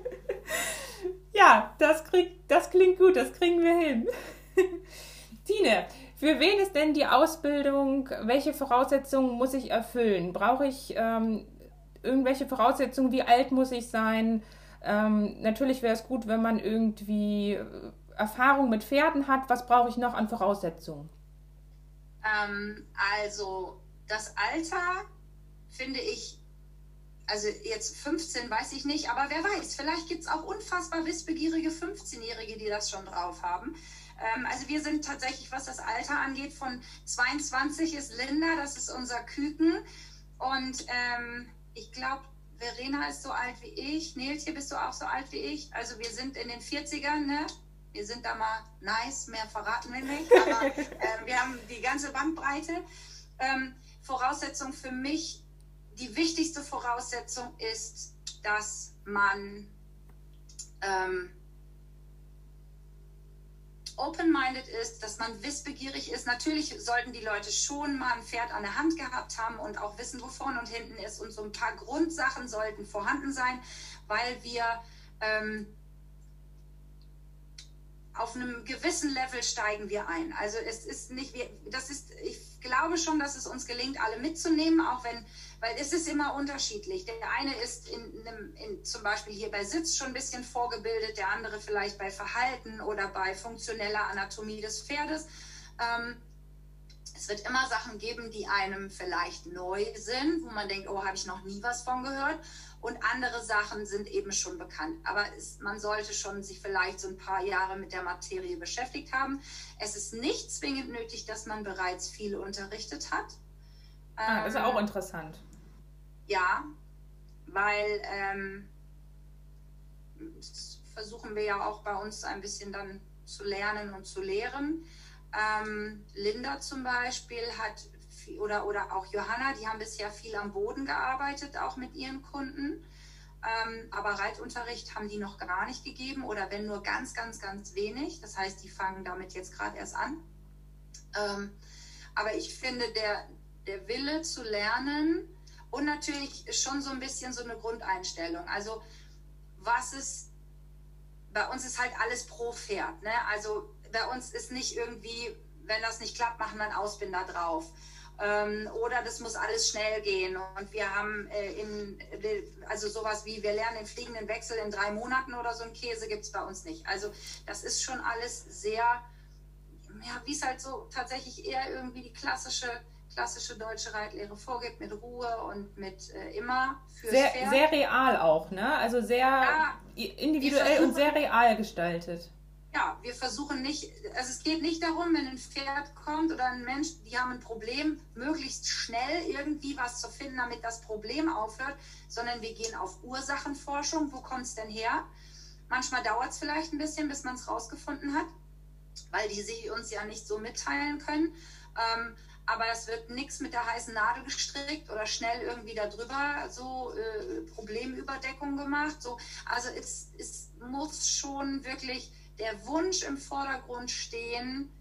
Ja, das, krieg, das klingt gut, das kriegen wir hin. Tine, für wen ist denn die Ausbildung? Welche Voraussetzungen muss ich erfüllen? Brauche ich ähm, irgendwelche Voraussetzungen? Wie alt muss ich sein? Ähm, natürlich wäre es gut, wenn man irgendwie Erfahrung mit Pferden hat. Was brauche ich noch an Voraussetzungen? Ähm, also das Alter finde ich, also jetzt fünfzehn weiß ich nicht, aber wer weiß, vielleicht gibt es auch unfassbar wissbegierige fünfzehnjährige, die das schon drauf haben. Ähm, also wir sind tatsächlich, was das Alter angeht, von zweiundzwanzig ist Linda, das ist unser Küken. Und ähm, ich glaube, Verena ist so alt wie ich. Neltje, bist du auch so alt wie ich? Also wir sind in den vierzigern, ne? Wir sind da mal nice, mehr verraten wir nicht. Aber äh, wir haben die ganze Bandbreite. Ähm, Voraussetzung für mich, die wichtigste Voraussetzung ist, dass man ähm, open-minded ist, dass man wissbegierig ist. Natürlich sollten die Leute schon mal ein Pferd an der Hand gehabt haben und auch wissen, wo vorne und hinten ist. Und so ein paar Grundsachen sollten vorhanden sein, weil wir ähm, auf einem gewissen Level steigen wir ein. Also es ist nicht, wir, das ist, ich glaube schon, dass es uns gelingt, alle mitzunehmen, auch wenn, weil es ist immer unterschiedlich. Der eine ist in einem, in, zum Beispiel hier bei Sitz schon ein bisschen vorgebildet, der andere vielleicht bei Verhalten oder bei funktioneller Anatomie des Pferdes. Ähm, es wird immer Sachen geben, die einem vielleicht neu sind, wo man denkt, oh, habe ich noch nie was von gehört. Und andere Sachen sind eben schon bekannt. Aber es, man sollte schon sich vielleicht so ein paar Jahre mit der Materie beschäftigt haben. Es ist nicht zwingend nötig, dass man bereits viel unterrichtet hat. Ah, das ist auch interessant. Ja, weil ähm, das versuchen wir ja auch bei uns ein bisschen dann zu lernen und zu lehren. Ähm, Linda zum Beispiel hat Oder, oder auch Johanna, die haben bisher viel am Boden gearbeitet, auch mit ihren Kunden. Ähm, aber Reitunterricht haben die noch gar nicht gegeben oder wenn nur ganz, ganz, ganz wenig. Das heißt, die fangen damit jetzt gerade erst an. Ähm, aber ich finde, der, der Wille zu lernen und natürlich schon so ein bisschen so eine Grundeinstellung. Also was ist, bei uns ist halt alles pro Pferd. Ne? Also bei uns ist nicht irgendwie, wenn das nicht klappt, machen wir einen Ausbinder drauf. Oder das muss alles schnell gehen. Und wir haben äh, in, also sowas wie, wir lernen den fliegenden Wechsel in drei Monaten oder so ein Käse gibt es bei uns nicht. Also das ist schon alles sehr, ja, wie es halt so tatsächlich eher irgendwie die klassische, klassische deutsche Reitlehre vorgibt, mit Ruhe und mit äh, immer fürs sehr, Pferd. Sehr real auch, ne? Also sehr ja, individuell und sehr real gestaltet. Ja, wir versuchen nicht, also es geht nicht darum, wenn ein Pferd kommt oder ein Mensch, die haben ein Problem, möglichst schnell irgendwie was zu finden, damit das Problem aufhört, sondern wir gehen auf Ursachenforschung. Wo kommt es denn her? Manchmal dauert es vielleicht ein bisschen, bis man es rausgefunden hat, weil die sich uns ja nicht so mitteilen können. Ähm, aber es wird nichts mit der heißen Nadel gestrickt oder schnell irgendwie darüber so äh, Problemüberdeckung gemacht. So, also es, es muss schon wirklich der Wunsch im Vordergrund stehen,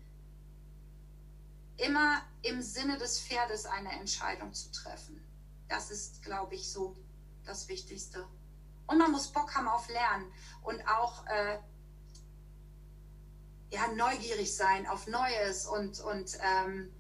immer im Sinne des Pferdes eine Entscheidung zu treffen. Das ist, glaube ich, so das Wichtigste. Und man muss Bock haben auf Lernen und auch, äh, ja, neugierig sein auf Neues und, und ähm,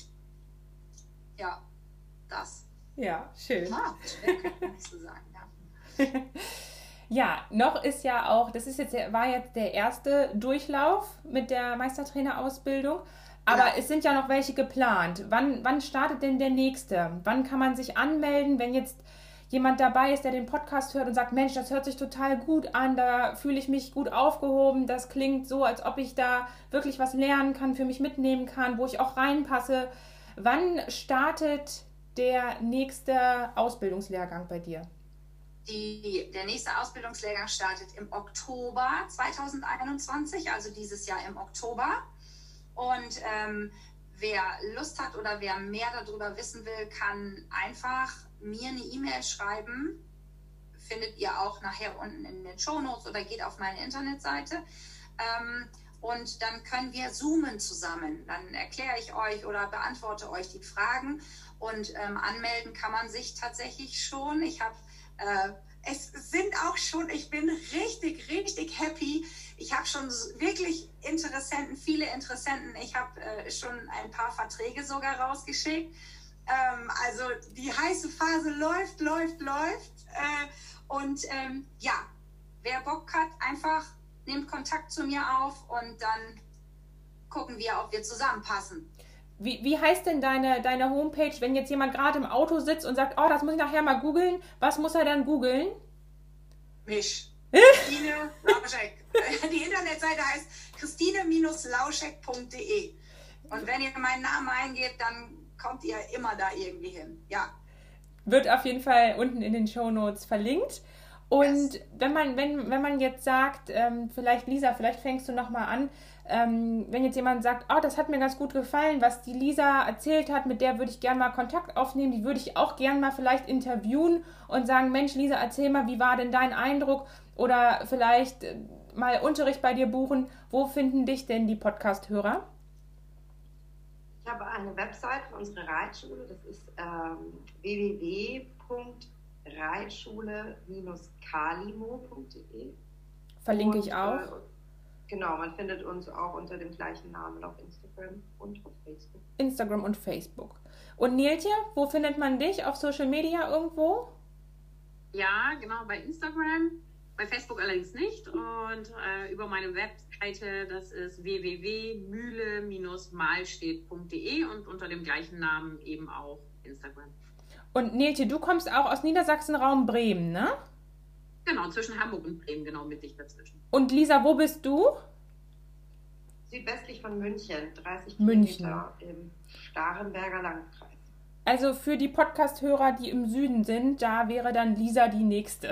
ja, das. Ja, schön. Ah, schwer kann ich nicht so sagen, ja. Ja, noch ist ja auch, das ist jetzt, war jetzt der erste Durchlauf mit der Meistertrainerausbildung, aber ja. Es sind ja noch welche geplant. Wann, wann startet denn der nächste? Wann kann man sich anmelden, wenn jetzt jemand dabei ist, der den Podcast hört und sagt, Mensch, das hört sich total gut an, da fühle ich mich gut aufgehoben, das klingt so, als ob ich da wirklich was lernen kann, für mich mitnehmen kann, wo ich auch reinpasse. Wann startet der nächste Ausbildungslehrgang bei dir? Die, der nächste Ausbildungslehrgang startet im Oktober zweitausendeinundzwanzig, also dieses Jahr im Oktober. Und ähm, wer Lust hat oder wer mehr darüber wissen will, kann einfach mir eine E-Mail schreiben. Findet ihr auch nachher unten in den Shownotes oder geht auf meine Internetseite. Ähm, und dann können wir zoomen zusammen. Dann erkläre ich euch oder beantworte euch die Fragen. Und ähm, anmelden kann man sich tatsächlich schon. Ich habe äh, es sind auch schon, ich bin richtig, richtig happy. Ich habe schon wirklich Interessenten, viele Interessenten. Ich habe äh, schon ein paar Verträge sogar rausgeschickt. Ähm, also die heiße Phase läuft, läuft, läuft. Äh, und ähm, ja, wer Bock hat, einfach nehmt Kontakt zu mir auf und dann gucken wir, ob wir zusammenpassen. Wie, wie heißt denn deine, deine Homepage, wenn jetzt jemand gerade im Auto sitzt und sagt, oh, das muss ich nachher mal googeln? Was muss er dann googeln? Mich. Christine Lauschek. Die Internetseite heißt christine lauschek punkt de. Und wenn ihr meinen Namen eingebt, dann kommt ihr immer da irgendwie hin. Ja. Wird auf jeden Fall unten in den Shownotes verlinkt. Und yes. wenn man, wenn, wenn man jetzt sagt, ähm, vielleicht Lisa, vielleicht fängst du nochmal an, ähm, wenn jetzt jemand sagt, oh, das hat mir ganz gut gefallen, was die Lisa erzählt hat, mit der würde ich gerne mal Kontakt aufnehmen, die würde ich auch gerne mal vielleicht interviewen und sagen, Mensch, Lisa, erzähl mal, wie war denn dein Eindruck? Oder vielleicht äh, mal Unterricht bei dir buchen. Wo finden dich denn die Podcast-Hörer? Ich habe eine Website für unsere Reitschule, das ist ähm, w w w punkt reitschule kalimo punkt de. Verlinke und, ich auch. Äh, genau, man findet uns auch unter dem gleichen Namen auf Instagram und auf Facebook. Instagram und Facebook. Und Nieltje, wo findet man dich? Auf Social Media irgendwo? Ja, genau, bei Instagram, bei Facebook allerdings nicht. Und äh, über meine Webseite, das ist w w w punkt mühle Bindestrich malstedt punkt de und unter dem gleichen Namen eben auch Instagram. Und Nieltje, du kommst auch aus Niedersachsen-Raum Bremen, ne? Genau, zwischen Hamburg und Bremen, genau, mittig dazwischen. Und Lisa, wo bist du? Südwestlich von München, dreißig München. Kilometer im Starnberger Landkreis. Also für die Podcast-Hörer, die im Süden sind, da wäre dann Lisa die nächste.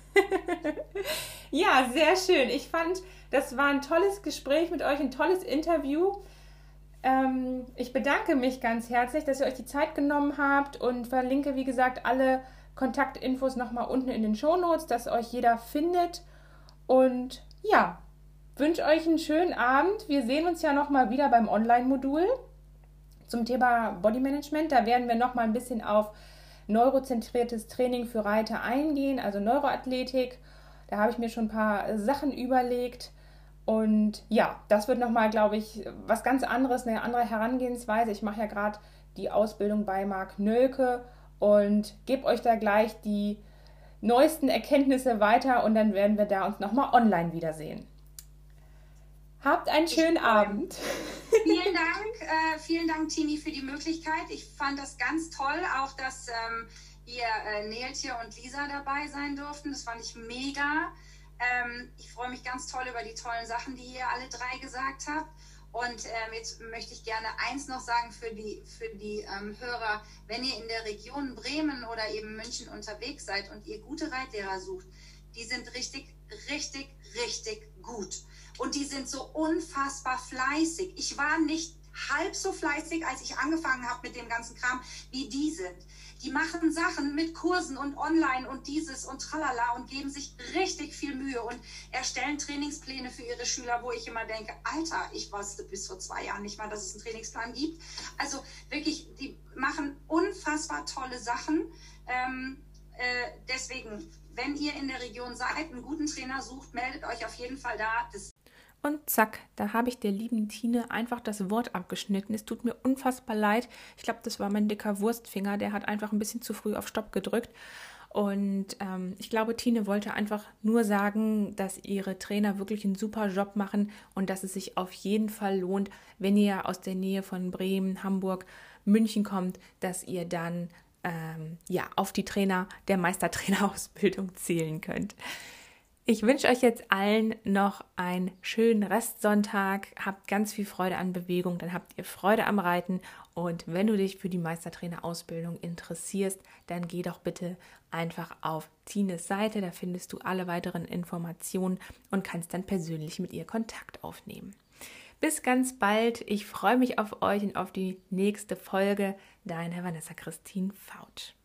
Ja, sehr schön. Ich fand, das war ein tolles Gespräch mit euch, ein tolles Interview. Ähm, ich bedanke mich ganz herzlich, dass ihr euch die Zeit genommen habt und verlinke, wie gesagt, alle Kontaktinfos nochmal unten in den Shownotes, dass euch jeder findet. Und ja, wünsche euch einen schönen Abend. Wir sehen uns ja nochmal wieder beim Online-Modul zum Thema Bodymanagement. Da werden wir nochmal ein bisschen auf neurozentriertes Training für Reiter eingehen, also Neuroathletik. Da habe ich mir schon ein paar Sachen überlegt. Und ja, das wird nochmal, glaube ich, was ganz anderes, eine andere Herangehensweise. Ich mache ja gerade die Ausbildung bei Marc Nölke und gebe euch da gleich die neuesten Erkenntnisse weiter und dann werden wir da uns nochmal online wiedersehen. Habt einen schönen Abend. Vielen Dank, äh, vielen Dank, Tini, für die Möglichkeit. Ich fand das ganz toll, auch dass ähm, ihr äh, Neeltje und Lisa dabei sein durften. Das fand ich mega. Ähm, ich freue mich ganz toll über die tollen Sachen, die ihr alle drei gesagt habt. Und ähm, jetzt möchte ich gerne eins noch sagen für die, für die ähm, Hörer. Wenn ihr in der Region Bremen oder eben München unterwegs seid und ihr gute Reitlehrer sucht, die sind richtig, richtig, richtig gut. Und die sind so unfassbar fleißig. Ich war nicht halb so fleißig, als ich angefangen habe mit dem ganzen Kram, wie die sind. Die machen Sachen mit Kursen und online und dieses und tralala und geben sich richtig viel Mühe und erstellen Trainingspläne für ihre Schüler, wo ich immer denke, Alter, ich wusste bis vor zwei Jahren nicht mal, dass es einen Trainingsplan gibt. Also wirklich, die machen unfassbar tolle Sachen. Ähm, äh, deswegen, wenn ihr in der Region seid, einen guten Trainer sucht, meldet euch auf jeden Fall da. Das Und zack, da habe ich der lieben Tine einfach das Wort abgeschnitten. Es tut mir unfassbar leid. Ich glaube, das war mein dicker Wurstfinger, der hat einfach ein bisschen zu früh auf Stopp gedrückt. Und ähm, ich glaube, Tine wollte einfach nur sagen, dass ihre Trainer wirklich einen super Job machen und dass es sich auf jeden Fall lohnt, wenn ihr aus der Nähe von Bremen, Hamburg, München kommt, dass ihr dann ähm, ja, auf die Trainer der Meistertrainerausbildung zählen könnt. Ich wünsche euch jetzt allen noch einen schönen Restsonntag. Habt ganz viel Freude an Bewegung, dann habt ihr Freude am Reiten. Und wenn du dich für die Meistertrainerausbildung interessierst, dann geh doch bitte einfach auf Tines Seite. Da findest du alle weiteren Informationen und kannst dann persönlich mit ihr Kontakt aufnehmen. Bis ganz bald. Ich freue mich auf euch und auf die nächste Folge. Deine Vanessa Christine Fautsch.